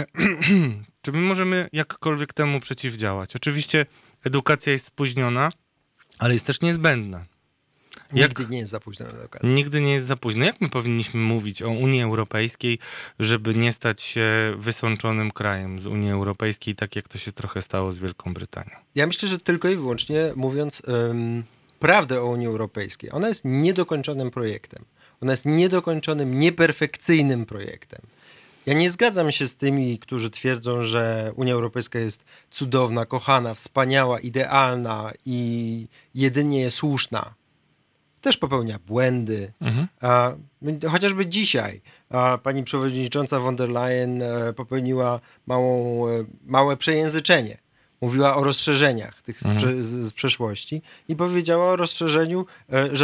możemy jakkolwiek temu przeciwdziałać? Oczywiście edukacja jest spóźniona, ale jest też niezbędna. Nigdy nie jest za późno na edukację. Nigdy nie jest za późno. Jak my powinniśmy mówić o Unii Europejskiej, żeby nie stać się wysączonym krajem z Unii Europejskiej, tak jak to się trochę stało z Wielką Brytanią? Ja myślę, że tylko i wyłącznie mówiąc prawdę o Unii Europejskiej. Ona jest niedokończonym projektem. Ona jest niedokończonym, nieperfekcyjnym projektem. Ja nie zgadzam się z tymi, którzy twierdzą, że Unia Europejska jest cudowna, kochana, wspaniała, idealna i jedynie słuszna. Też popełnia błędy. Chociażby dzisiaj pani przewodnicząca von der Leyen popełniła małe przejęzyczenie. Mówiła o rozszerzeniach tych z przeszłości i powiedziała o rozszerzeniu, że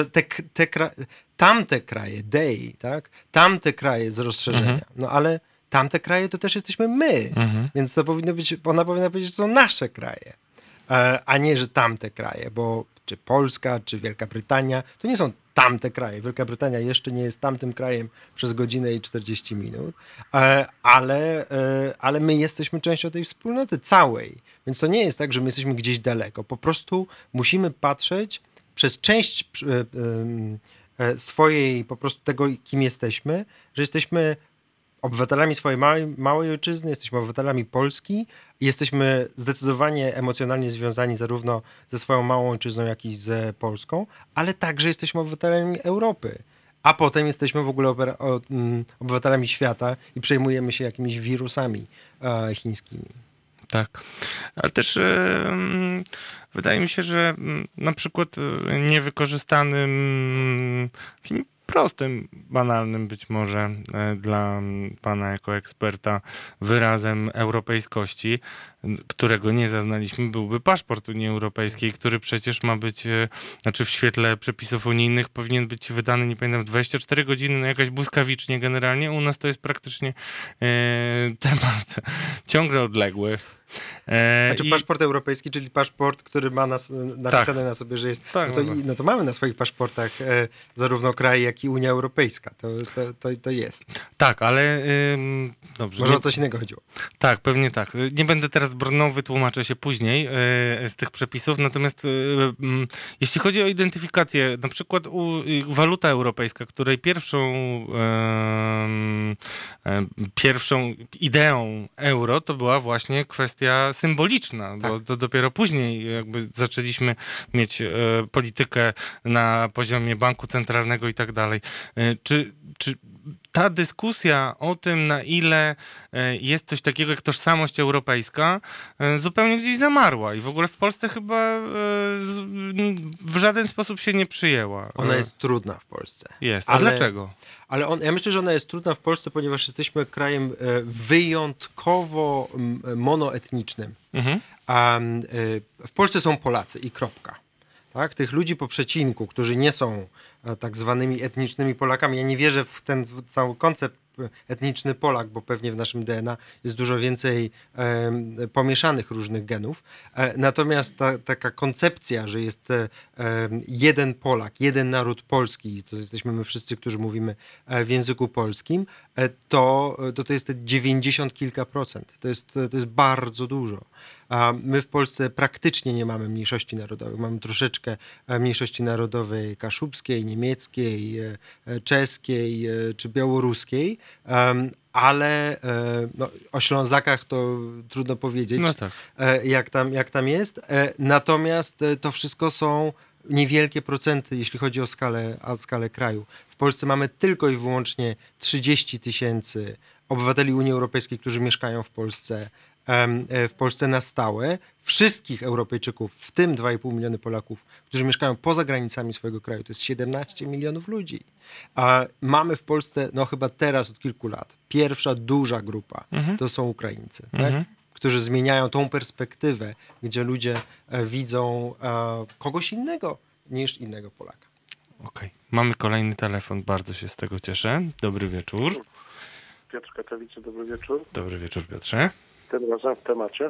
tamte kraje, tak? Tamte kraje z rozszerzenia. No ale tamte kraje to też jesteśmy my. Więc to ona powinna powiedzieć, że to są nasze kraje, a nie, że tamte kraje, bo czy Polska, czy Wielka Brytania, to nie są tamte kraje. Wielka Brytania jeszcze nie jest tamtym krajem przez godzinę i 40 minut, ale my jesteśmy częścią tej wspólnoty całej. Więc to nie jest tak, że my jesteśmy gdzieś daleko. Po prostu musimy patrzeć przez część swojej, po prostu tego, kim jesteśmy, że jesteśmy obywatelami swojej małej ojczyzny, jesteśmy obywatelami Polski i jesteśmy zdecydowanie emocjonalnie związani zarówno ze swoją małą ojczyzną, jak i z Polską, ale także jesteśmy obywatelami Europy. A potem jesteśmy w ogóle obywatelami świata i przejmujemy się jakimiś wirusami chińskimi. Tak, ale też wydaje mi się, że na przykład niewykorzystanym, prostym, banalnym być może dla pana jako eksperta wyrazem europejskości, którego nie zaznaliśmy, byłby paszport Unii Europejskiej, który przecież ma być, znaczy w świetle przepisów unijnych powinien być wydany, nie pamiętam, w 24 godziny, no jakaś błyskawicznie generalnie. U nas to jest praktycznie temat ciągle odległy. Znaczy paszport europejski, czyli paszport, który ma napisane na sobie, że jest... Tak, no to mamy na swoich paszportach zarówno kraj, jak i Unia Europejska. To jest. Tak, ale... Dobrze. Może o coś innego chodziło. Tak, pewnie tak. Nie będę teraz brnął, wytłumaczę się później z tych przepisów, natomiast jeśli chodzi o identyfikację, na przykład waluta europejska, której pierwszą ideą euro to była właśnie kwestia symboliczna, bo to dopiero później jakby zaczęliśmy mieć politykę na poziomie banku centralnego i tak dalej. Czy ta dyskusja o tym, na ile jest coś takiego jak tożsamość europejska, zupełnie gdzieś zamarła i w ogóle w Polsce chyba w żaden sposób się nie przyjęła. Ona jest trudna w Polsce. Jest. A dlaczego? Ale ja myślę, że ona jest trudna w Polsce, ponieważ jesteśmy krajem wyjątkowo monoetnicznym. A w Polsce są Polacy i kropka. Tak? Tych ludzi po przecinku, którzy nie są tak zwanymi etnicznymi Polakami. Ja nie wierzę w ten cały koncept etniczny Polak, bo pewnie w naszym DNA jest dużo więcej pomieszanych różnych genów. Natomiast taka koncepcja, że jest jeden Polak, jeden naród polski, to jesteśmy my wszyscy, którzy mówimy w języku polskim, to jest 90 kilka procent. To jest bardzo dużo. A my w Polsce praktycznie nie mamy mniejszości narodowych. Mamy troszeczkę mniejszości narodowej kaszubskiej, niemieckiej, czeskiej czy białoruskiej, ale o Ślązakach to trudno powiedzieć, jak tam jest. Natomiast to wszystko są niewielkie procenty, jeśli chodzi o skalę kraju. W Polsce mamy tylko i wyłącznie 30 000 obywateli Unii Europejskiej, którzy mieszkają w Polsce na stałe. Wszystkich Europejczyków, w tym 2,5 miliony Polaków, którzy mieszkają poza granicami swojego kraju, to jest 17 milionów ludzi. A mamy w Polsce, chyba teraz od kilku lat, pierwsza duża grupa to są Ukraińcy, tak? Którzy zmieniają tą perspektywę, gdzie ludzie widzą kogoś innego niż innego Polaka. Okej. Mamy kolejny telefon, bardzo się z tego cieszę. Dobry wieczór. Piotr Katowice, dobry wieczór. Dobry wieczór, Piotrze. Tym razem w temacie.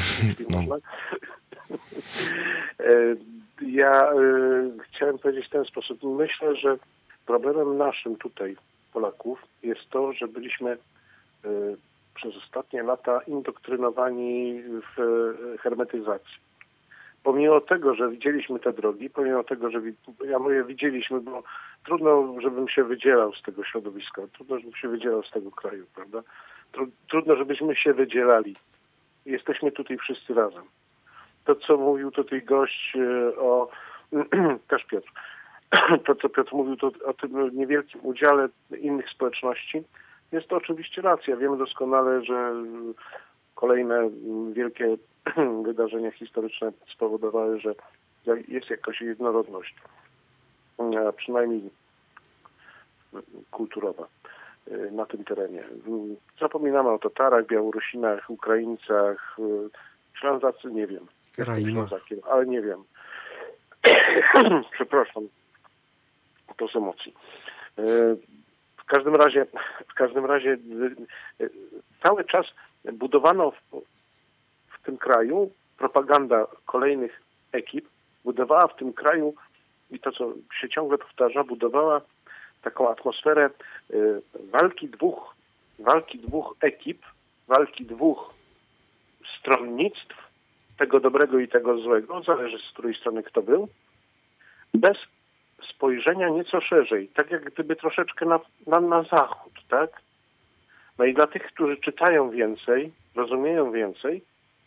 Ja chciałem powiedzieć w ten sposób. Myślę, że problemem naszym tutaj, Polaków, jest to, że byliśmy przez ostatnie lata indoktrynowani w hermetyzacji. Pomimo tego, że widzieliśmy te drogi, pomimo tego, że widzieliśmy, bo trudno, żebym się wydzielał z tego środowiska, trudno, żebym się wydzielał z tego kraju, prawda? Trudno, żebyśmy się wydzielali. Jesteśmy tutaj wszyscy razem. To, co mówił tutaj gość też Piotr, to, co Piotr mówił o tym niewielkim udziale innych społeczności, jest to oczywiście racja. Wiemy doskonale, że kolejne wielkie wydarzenia historyczne spowodowały, że jest jakaś jednorodność, a przynajmniej kulturowa na tym terenie. Zapominamy o Tatarach, Białorusinach, Ukraińcach, Ślązacy, nie wiem. Ślązakiem, ale nie wiem. Przepraszam, to z emocji. W każdym razie cały czas budowano w tym kraju, propaganda kolejnych ekip budowała w tym kraju, i to co się ciągle powtarza, budowała taką atmosferę walki dwóch ekip, walki dwóch stronnictw, tego dobrego i tego złego, zależy z której strony kto był, bez spojrzenia nieco szerzej, tak jak gdyby troszeczkę na zachód, tak? No i dla tych, którzy czytają więcej, rozumieją więcej,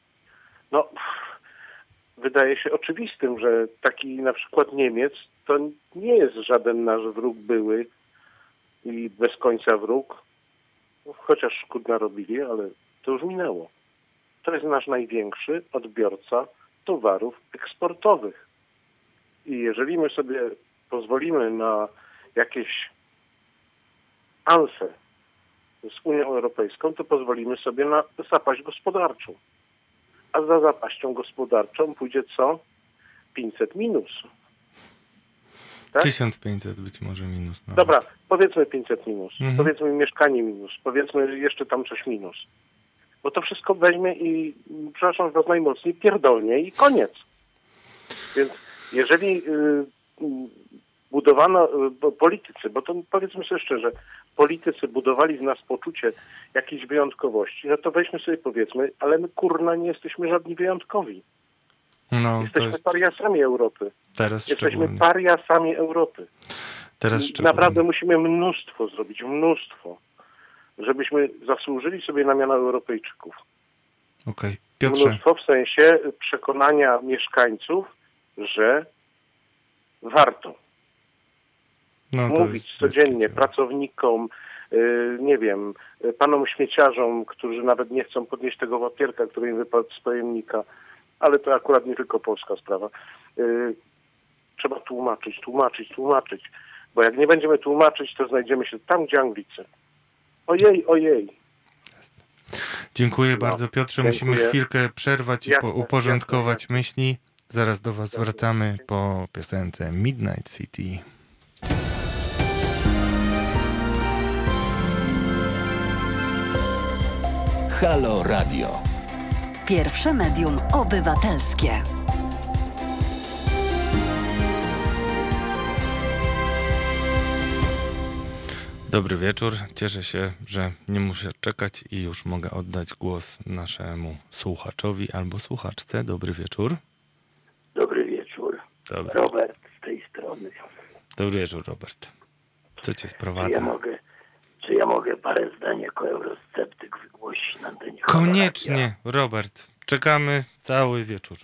wydaje się oczywistym, że taki na przykład Niemiec to nie jest żaden nasz wróg były i bez końca wróg, chociaż szkód narobili, ale to już minęło. To jest nasz największy odbiorca towarów eksportowych. I jeżeli my sobie pozwolimy na jakieś anse z Unią Europejską, to pozwolimy sobie na zapaść gospodarczą. A za zapaścią gospodarczą pójdzie co? 500 minus. Tak? 1500 być może minus. Nawet. Dobra, powiedzmy 500 minus. Powiedzmy mieszkanie minus. Powiedzmy jeszcze tam coś minus. bo to wszystko weźmie i, przepraszam was najmocniej, pierdolnie i koniec. Więc jeżeli budowano politycy, bo to powiedzmy sobie szczerze, politycy budowali z nas poczucie jakiejś wyjątkowości, no to weźmy sobie powiedzmy, ale my kurna nie jesteśmy żadni wyjątkowi. No, jesteśmy pariasami Europy. Jesteśmy pariasami Europy. Naprawdę musimy mnóstwo zrobić, żebyśmy zasłużyli sobie na miano Europejczyków. Okej. Piotrze. Mnóstwo w sensie przekonania mieszkańców, że warto mówić codziennie pracownikom, nie wiem, panom śmieciarzom, którzy nawet nie chcą podnieść tego papierka, który im wypadł z pojemnika, ale to akurat nie tylko polska sprawa. Trzeba tłumaczyć, bo jak nie będziemy tłumaczyć, to znajdziemy się tam, gdzie Anglicy. Ojej. Dziękuję bardzo, Piotrze. Musimy chwilkę przerwać i uporządkować myśli. Zaraz do was wracamy po piosence Midnight City. Halo Radio. Pierwsze medium obywatelskie. Dobry wieczór. Cieszę się, że nie muszę czekać i już mogę oddać głos naszemu słuchaczowi albo słuchaczce. Dobry wieczór. Dobry wieczór. Dobry. Robert z tej strony. Dobry wieczór, Robert. Co cię sprowadza? Czy ja mogę parę zdań jako eurosceptyk wygłosić na antenie? Koniecznie, Robert. Czekamy cały wieczór.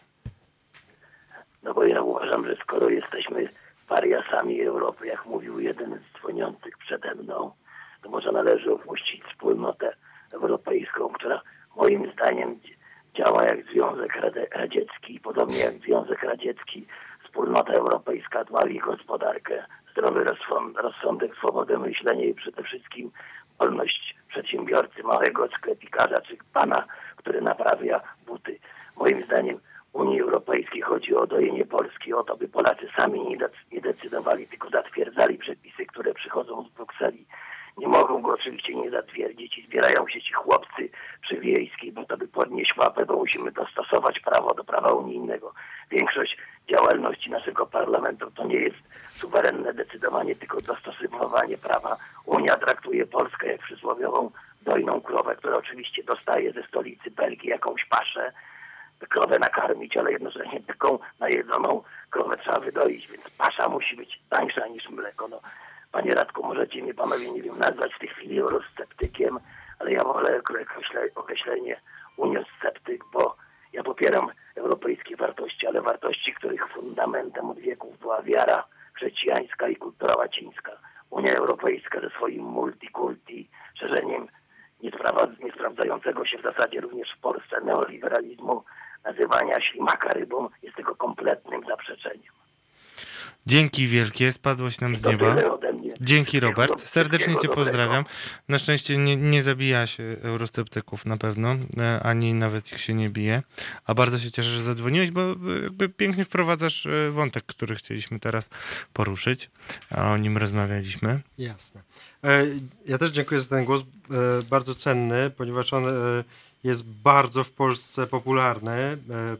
No bo ja uważam, że skoro jesteśmy pariasami Europy, jak mówił jeden z dzwoniących przede mną, to może należy opuścić wspólnotę europejską, która moim zdaniem działa jak Związek Radziecki. Podobnie jak Związek Radziecki, wspólnota europejska dbali gospodarkę, zdrowy rozsądek, swobodę myślenia i przede wszystkim wolność przedsiębiorcy, małego sklepikarza czy pana, który naprawia buty. Moim zdaniem Unii Europejskiej chodzi o dojenie Polski, o to, by Polacy sami nie decydowali, tylko zatwierdzali przepisy, które przychodzą z Brukseli. Nie mogą go oczywiście nie zatwierdzić i zbierają się ci chłopcy przywiejskiej, bo to by podnieść łapę, bo musimy dostosować prawo do prawa unijnego. Większość działalności naszego parlamentu to nie jest suwerenne decydowanie, tylko dostosowywanie prawa. Unia traktuje Polskę jak przysłowiową dojną krowę, która oczywiście dostaje ze stolicy Belgii jakąś paszę, krowę nakarmić, ale jednocześnie taką najedzoną krowę trzeba wydoić, więc pasza musi być tańsza niż mleko. No, panie Radku, możecie mnie panowie, nie wiem, nazwać w tej chwili eurosceptykiem, ale ja wolę określenie uniosceptyk, bo ja popieram europejskie wartości, ale wartości, których fundamentem od wieków była wiara chrześcijańska i kultura łacińska. Unia Europejska ze swoim multikulti, szerzeniem niesprawdzającego się w zasadzie również w Polsce neoliberalizmu, nazywania ślimaka rybą, jest tego kompletnym zaprzeczeniem. Dzięki wielkie, spadłeś nam z nieba. Dzięki, Robert. Serdecznie cię pozdrawiam. Na szczęście nie zabija się eurosceptyków na pewno, ani nawet ich się nie bije. A bardzo się cieszę, że zadzwoniłeś, bo jakby pięknie wprowadzasz wątek, który chcieliśmy teraz poruszyć, a o nim rozmawialiśmy. Jasne. Ja też dziękuję za ten głos, bardzo cenny, ponieważ on jest bardzo w Polsce popularny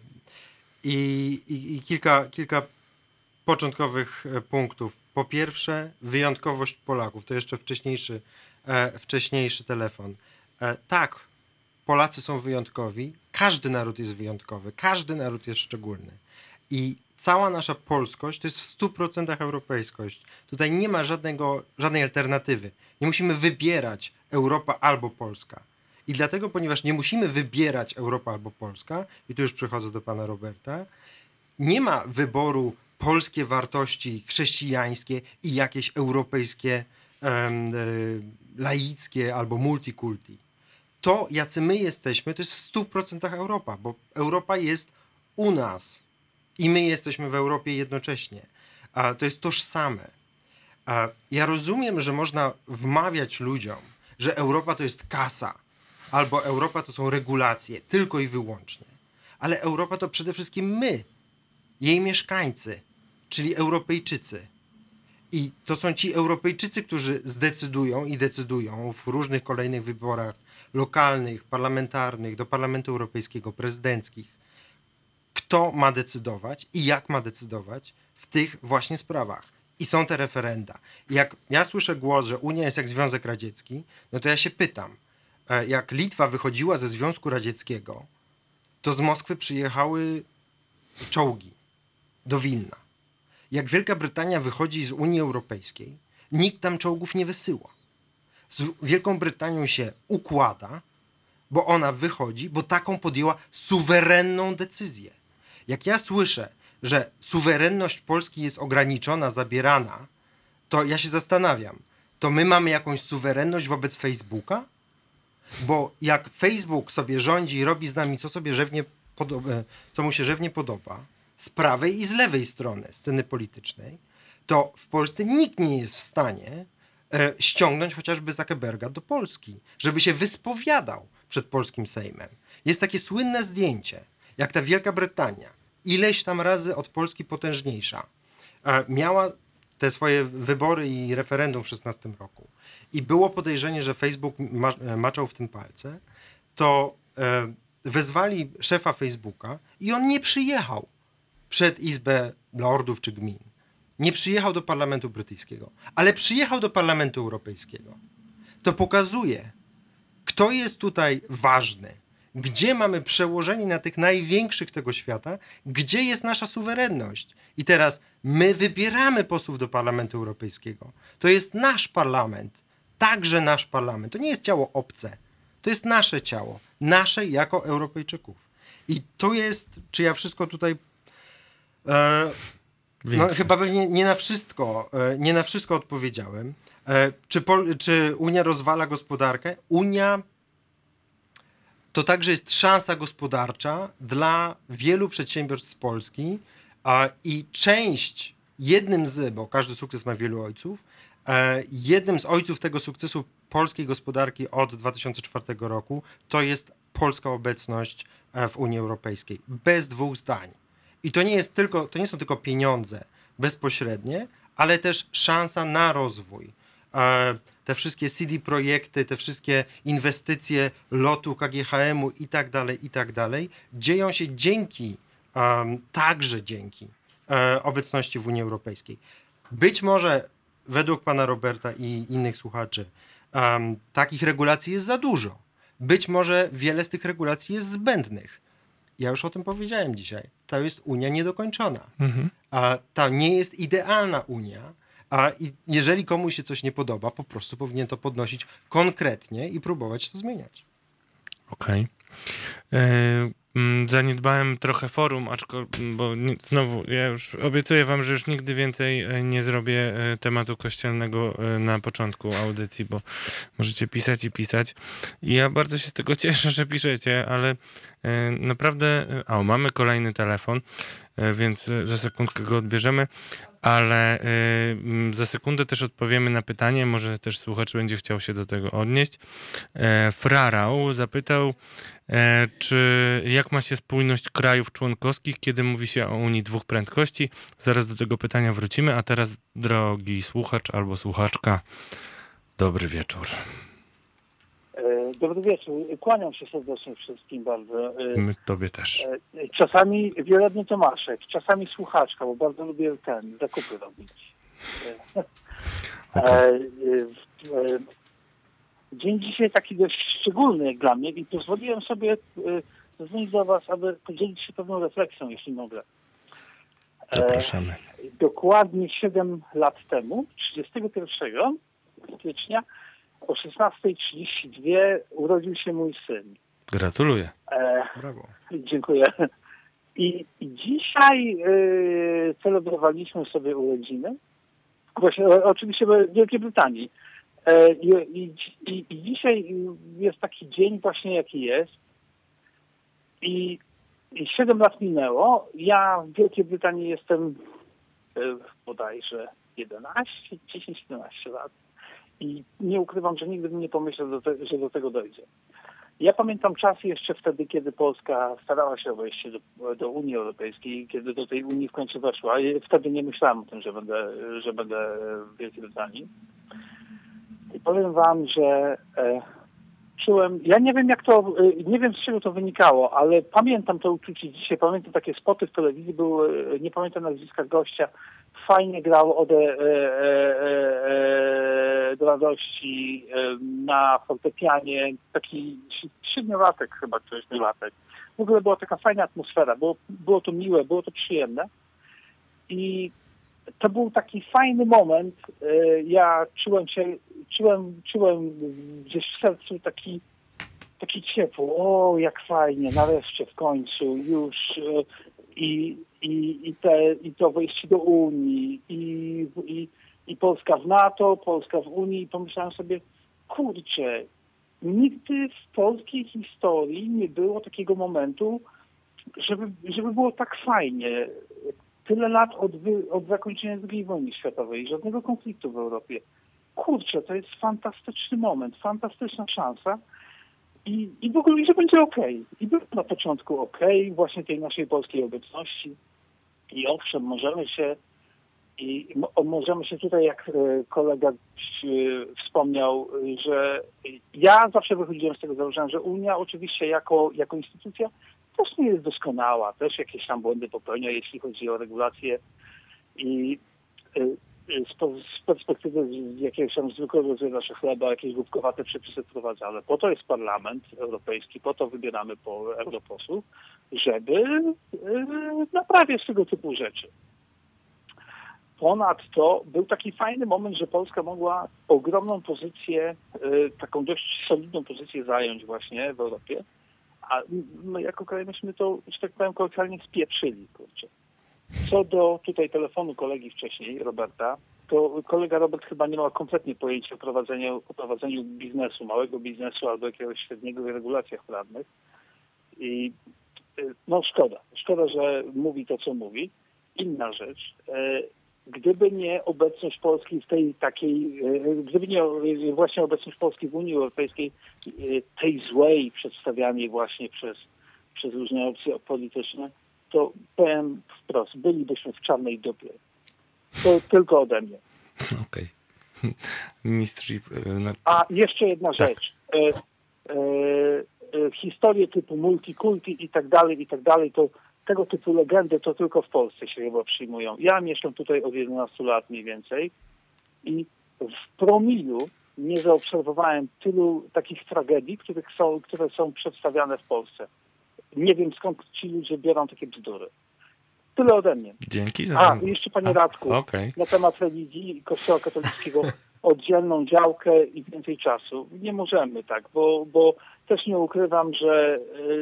i kilka początkowych punktów. Po pierwsze, wyjątkowość Polaków. To jeszcze wcześniejszy telefon. Tak, Polacy są wyjątkowi. Każdy naród jest wyjątkowy. Każdy naród jest szczególny. I cała nasza polskość to jest w 100% europejskość. Tutaj nie ma żadnej alternatywy. Nie musimy wybierać Europa albo Polska. I dlatego, ponieważ nie musimy wybierać Europa albo Polska, i tu już przechodzę do pana Roberta, nie ma wyboru polskie wartości chrześcijańskie i jakieś europejskie, laickie albo multikulti. To, jacy my jesteśmy, to jest w 100% Europa, bo Europa jest u nas i my jesteśmy w Europie jednocześnie. To jest tożsame. Ja rozumiem, że można wmawiać ludziom, że Europa to jest kasa, albo Europa to są regulacje, tylko i wyłącznie. Ale Europa to przede wszystkim my, jej mieszkańcy, czyli Europejczycy. I to są ci Europejczycy, którzy zdecydują i decydują w różnych kolejnych wyborach lokalnych, parlamentarnych, do Parlamentu Europejskiego, prezydenckich, kto ma decydować i jak ma decydować w tych właśnie sprawach. I są te referenda. I jak ja słyszę głos, że Unia jest jak Związek Radziecki, no to ja się pytam, jak Litwa wychodziła ze Związku Radzieckiego, to z Moskwy przyjechały czołgi do Wilna. Jak Wielka Brytania wychodzi z Unii Europejskiej, nikt tam czołgów nie wysyła. Z Wielką Brytanią się układa, bo ona wychodzi, bo taką podjęła suwerenną decyzję. Jak ja słyszę, że suwerenność Polski jest ograniczona, zabierana, to ja się zastanawiam, to my mamy jakąś suwerenność wobec Facebooka? Bo jak Facebook sobie rządzi i robi z nami, co mu się żywnie podoba, z prawej i z lewej strony sceny politycznej, to w Polsce nikt nie jest w stanie ściągnąć chociażby Zuckerberga do Polski, żeby się wyspowiadał przed polskim Sejmem. Jest takie słynne zdjęcie, jak ta Wielka Brytania, ileś tam razy od Polski potężniejsza, miała te swoje wybory i referendum w 2016 roku i było podejrzenie, że Facebook maczał w tym palce, to wezwali szefa Facebooka i on nie przyjechał przed Izbę Lordów czy Gmin. Nie przyjechał do Parlamentu Brytyjskiego, ale przyjechał do Parlamentu Europejskiego. To pokazuje, kto jest tutaj ważny, gdzie mamy przełożenie na tych największych tego świata, gdzie jest nasza suwerenność. I teraz my wybieramy posłów do Parlamentu Europejskiego. To jest nasz parlament, także nasz parlament. To nie jest ciało obce, to jest nasze ciało, nasze jako Europejczyków. I to jest, czy ja wszystko tutaj... chyba nie na wszystko odpowiedziałem. Czy Unia rozwala gospodarkę? Unia to także jest szansa gospodarcza dla wielu przedsiębiorstw z Polski i bo każdy sukces ma wielu ojców, jednym z ojców tego sukcesu polskiej gospodarki od 2004 roku to jest polska obecność w Unii Europejskiej. Bez dwóch zdań. I to nie są tylko pieniądze bezpośrednie, ale też szansa na rozwój. Te wszystkie CD projekty, te wszystkie inwestycje LOT-u, KGHM-u i tak dalej, dzieją się także dzięki obecności w Unii Europejskiej. Być może według pana Roberta i innych słuchaczy takich regulacji jest za dużo. Być może wiele z tych regulacji jest zbędnych. Ja już o tym powiedziałem dzisiaj. To jest Unia niedokończona. Ta nie jest idealna Unia. I jeżeli komuś się coś nie podoba, po prostu powinien to podnosić konkretnie i próbować to zmieniać. Okej. Zaniedbałem trochę forum, bo znowu, ja już obiecuję wam, że już nigdy więcej nie zrobię tematu kościelnego na początku audycji, bo możecie pisać i pisać. I ja bardzo się z tego cieszę, że piszecie, ale naprawdę... mamy kolejny telefon, więc za sekundkę go odbierzemy, ale za sekundę też odpowiemy na pytanie, może też słuchacz będzie chciał się do tego odnieść. Frarał zapytał, jak ma się spójność krajów członkowskich, kiedy mówi się o Unii dwóch prędkości. Zaraz do tego pytania wrócimy, a teraz, drogi słuchacz albo słuchaczka, dobry wieczór. Dobry wieczór. Kłaniam się serdecznie wszystkim bardzo. My tobie też. Czasami wieloletni Tomaszek, czasami słuchaczka, bo bardzo lubię zakupy robić. Okay. Dzień dzisiaj taki dość szczególny jak dla mnie i pozwoliłem sobie zadzwonić do was, aby podzielić się pewną refleksją, jeśli mogę. Zapraszamy. Dokładnie 7 lat temu, 31 stycznia, o 16:32 urodził się mój syn. Gratuluję. Brawo. Dziękuję. I dzisiaj celebrowaliśmy sobie urodziny. Właśnie, oczywiście w Wielkiej Brytanii. I dzisiaj jest taki dzień właśnie jaki jest. I 7 lat minęło. Ja w Wielkiej Brytanii jestem bodajże 10-11 lat. I nie ukrywam, że nigdy bym nie pomyślał, że do tego dojdzie. Ja pamiętam czasy jeszcze wtedy, kiedy Polska starała się o wejście do Unii Europejskiej, kiedy do tej Unii w końcu weszła. Wtedy nie myślałem o tym, że będę w Wielkiej Brytanii. I powiem wam, że czułem, ja nie wiem nie wiem z czego to wynikało, ale pamiętam to uczucie dzisiaj, pamiętam takie spoty w telewizji, nie pamiętam nazwiska gościa, fajnie grał Odę do radości na fortepianie, taki 7-latek chyba, czy 8-latek. W ogóle była taka fajna atmosfera, było to miłe, było to przyjemne i to był taki fajny moment. Ja czułem gdzieś w sercu taki ciepło. O, jak fajnie, nareszcie w końcu już i to wejście do Unii i Polska w NATO, Polska w Unii. I pomyślałem sobie, kurczę, nigdy w polskiej historii nie było takiego momentu, żeby było tak fajnie. Tyle lat od zakończenia II wojny światowej, żadnego konfliktu w Europie. Kurczę, to jest fantastyczny moment, fantastyczna szansa i w ogóle, że będzie okej. I było na początku okej, właśnie tej naszej polskiej obecności. I owszem, możemy się tutaj, jak kolega wspomniał, że ja zawsze wychodziłem z tego założenia, że Unia oczywiście jako instytucja też nie jest doskonała, też jakieś tam błędy popełnia, jeśli chodzi o regulacje i z perspektywy jakiegoś tam zwykłego zjadacza chleba, jakieś głupkowate przepisy wprowadza, ale po to jest Parlament Europejski, po to wybieramy europosłów, żeby naprawiać tego typu rzeczy. Ponadto był taki fajny moment, że Polska mogła ogromną pozycję, taką dość solidną pozycję zająć właśnie w Europie, a my jako kraj myśmy to, że tak powiem, kolokwialnie spieprzyli, kurczę. Co do tutaj telefonu kolegi wcześniej, Roberta, to kolega Robert chyba nie ma kompletnie pojęcia o prowadzeniu biznesu, małego biznesu albo jakiegoś średniego w regulacjach prawnych. I no szkoda, że mówi to, co mówi. Inna rzecz, gdyby nie obecność Polski w tej takiej, gdyby nie właśnie obecność Polski w Unii Europejskiej, tej złej przedstawianej właśnie przez różne opcje polityczne, to powiem wprost, bylibyśmy w czarnej dupie. To tylko ode mnie. Okej. Mistrz. A jeszcze jedna rzecz. Historie typu multikulti i tak dalej, to tego typu legendy to tylko w Polsce się chyba przyjmują. Ja mieszkam tutaj od 11 lat mniej więcej i w promilu nie zaobserwowałem tylu takich tragedii, które są przedstawiane w Polsce. Nie wiem, skąd ci ludzie biorą takie bzdury. Tyle ode mnie. Dzięki za... Jeszcze panie Radku, okay. Na temat religii i Kościoła katolickiego oddzielną działkę i więcej czasu. Nie możemy tak, bo też nie ukrywam, że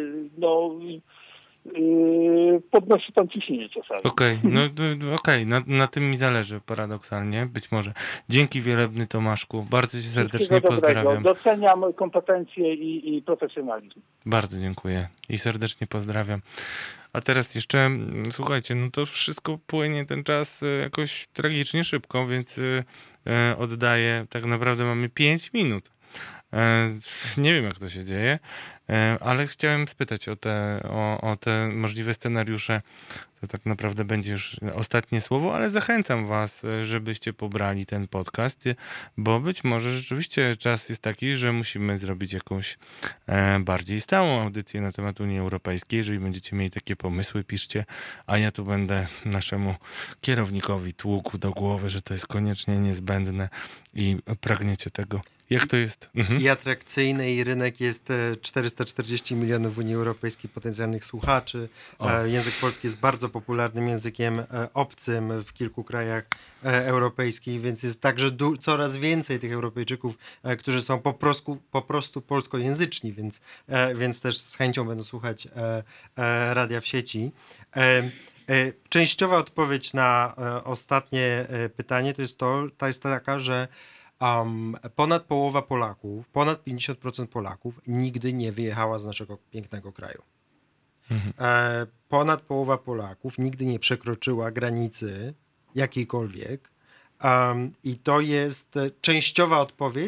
podnosi pan ciśnienie czasami. Okej, na tym mi zależy paradoksalnie, być może. Dzięki wielebny Tomaszku, bardzo cię serdecznie pozdrawiam. Doceniam kompetencje i profesjonalizm. Bardzo dziękuję i serdecznie pozdrawiam. A teraz jeszcze, słuchajcie, no to wszystko płynie ten czas jakoś tragicznie szybko, więc oddaję, tak naprawdę mamy 5 minut. Nie wiem, jak to się dzieje, ale chciałem spytać o te możliwe scenariusze. To tak naprawdę będzie już ostatnie słowo, ale zachęcam was, żebyście pobrali ten podcast, bo być może rzeczywiście czas jest taki, że musimy zrobić jakąś bardziej stałą audycję na temat Unii Europejskiej. Jeżeli będziecie mieli takie pomysły, piszcie, a ja tu będę naszemu kierownikowi tłukł do głowy, że to jest koniecznie niezbędne i pragniecie tego. Jak to jest? I atrakcyjny, i rynek jest 440 milionów w Unii Europejskiej potencjalnych słuchaczy. Język polski jest bardzo popularnym językiem obcym w kilku krajach europejskich, więc jest także coraz więcej tych Europejczyków, którzy są po prostu polskojęzyczni, więc też z chęcią będą słuchać radia w sieci. Częściowa odpowiedź na ostatnie pytanie to jest taka, że ponad połowa Polaków, ponad 50% Polaków nigdy nie wyjechała z naszego pięknego kraju. Ponad połowa Polaków nigdy nie przekroczyła granicy jakiejkolwiek. I to jest częściowa odpowiedź,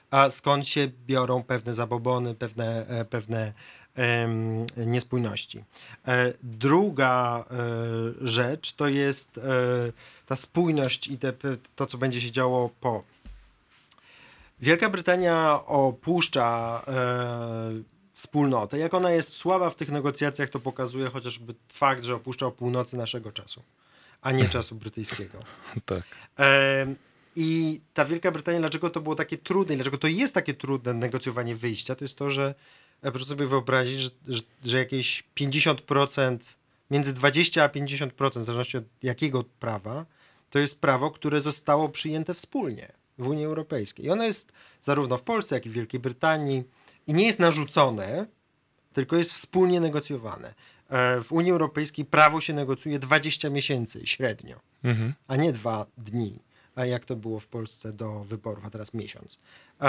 a skąd się biorą pewne zabobony, pewne niespójności. Druga rzecz to jest ta spójność i to, co będzie się działo po. Wielka Brytania opuszcza wspólnotę. Jak ona jest słaba w tych negocjacjach, to pokazuje chociażby fakt, że opuszcza o północy naszego czasu, a nie czasu brytyjskiego. Tak. I ta Wielka Brytania, dlaczego to było takie trudne, dlaczego to jest takie trudne negocjowanie wyjścia, to jest to, że proszę sobie wyobrazić, że jakieś 50%, między 20 a 50%, w zależności od jakiego prawa, to jest prawo, które zostało przyjęte wspólnie w Unii Europejskiej. I ono jest zarówno w Polsce, jak i w Wielkiej Brytanii i nie jest narzucone, tylko jest wspólnie negocjowane. W Unii Europejskiej prawo się negocjuje 20 miesięcy średnio, a nie 2 dni, jak to było w Polsce do wyborów, a teraz miesiąc.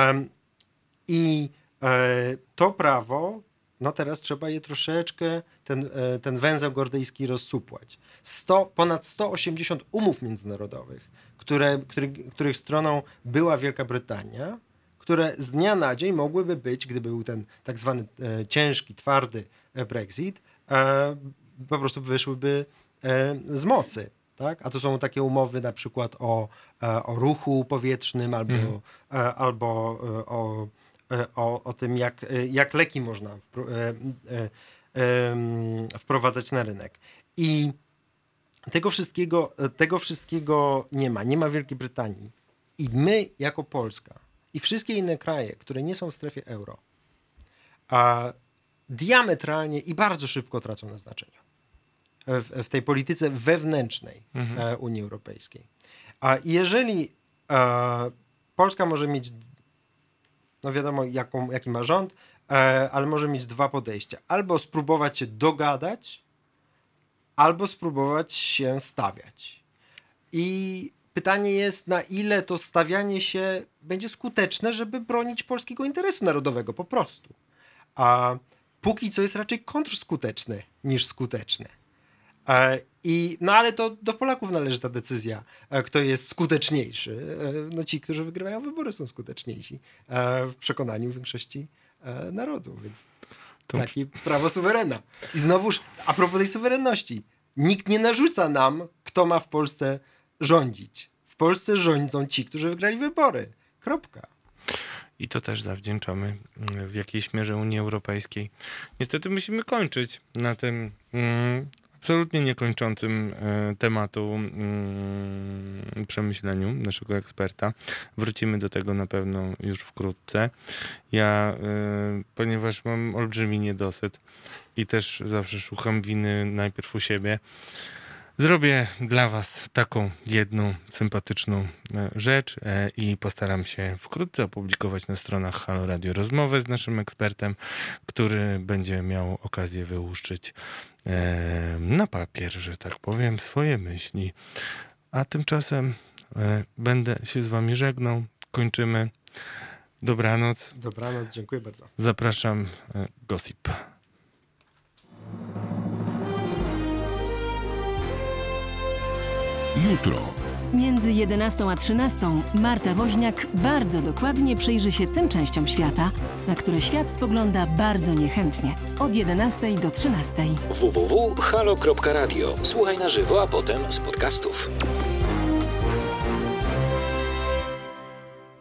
To prawo, no teraz trzeba je troszeczkę, ten węzeł gordyjski rozsupłać. Ponad 180 umów międzynarodowych, których stroną była Wielka Brytania, które z dnia na dzień mogłyby być, gdyby był ten tak zwany ciężki, twardy Brexit, po prostu wyszłyby z mocy. Tak? A to są takie umowy na przykład o ruchu powietrznym albo o tym, jak leki można wprowadzać na rynek. I tego wszystkiego nie ma. Nie ma Wielkiej Brytanii. I my jako Polska i wszystkie inne kraje, które nie są w strefie euro, diametralnie i bardzo szybko tracą na znaczeniu w tej polityce wewnętrznej Unii Europejskiej. A jeżeli Polska może mieć, no wiadomo jaki ma rząd, ale może mieć 2 podejścia. Albo spróbować się dogadać, albo spróbować się stawiać. I pytanie jest, na ile to stawianie się będzie skuteczne, żeby bronić polskiego interesu narodowego po prostu. A póki co jest raczej kontrskuteczne niż skuteczne. No ale to do Polaków należy ta decyzja, kto jest skuteczniejszy. No ci, którzy wygrywają wybory, są skuteczniejsi w przekonaniu większości narodu, więc takie prawo suwerena. I znowuż, a propos tej suwerenności, nikt nie narzuca nam, kto ma w Polsce rządzić. W Polsce rządzą ci, którzy wygrali wybory. Kropka. I to też zawdzięczamy w jakiejś mierze Unii Europejskiej. Niestety musimy kończyć na tym absolutnie niekończącym tematu przemyśleniu naszego eksperta. Wrócimy do tego na pewno już wkrótce. Ja, ponieważ mam olbrzymi niedosyt i też zawsze szukam winy najpierw u siebie, zrobię dla was taką jedną sympatyczną rzecz i postaram się wkrótce opublikować na stronach Halo Radio rozmowę z naszym ekspertem, który będzie miał okazję wyłuszczyć na papier, że tak powiem, swoje myśli. A tymczasem będę się z wami żegnał. Kończymy. Dobranoc. Dobranoc, dziękuję bardzo. Zapraszam Gossip. Jutro. Między 11 a 13 Marta Woźniak bardzo dokładnie przyjrzy się tym częściom świata, na które świat spogląda bardzo niechętnie. Od 11 do 13. www.halo.radio. Słuchaj na żywo, a potem z podcastów.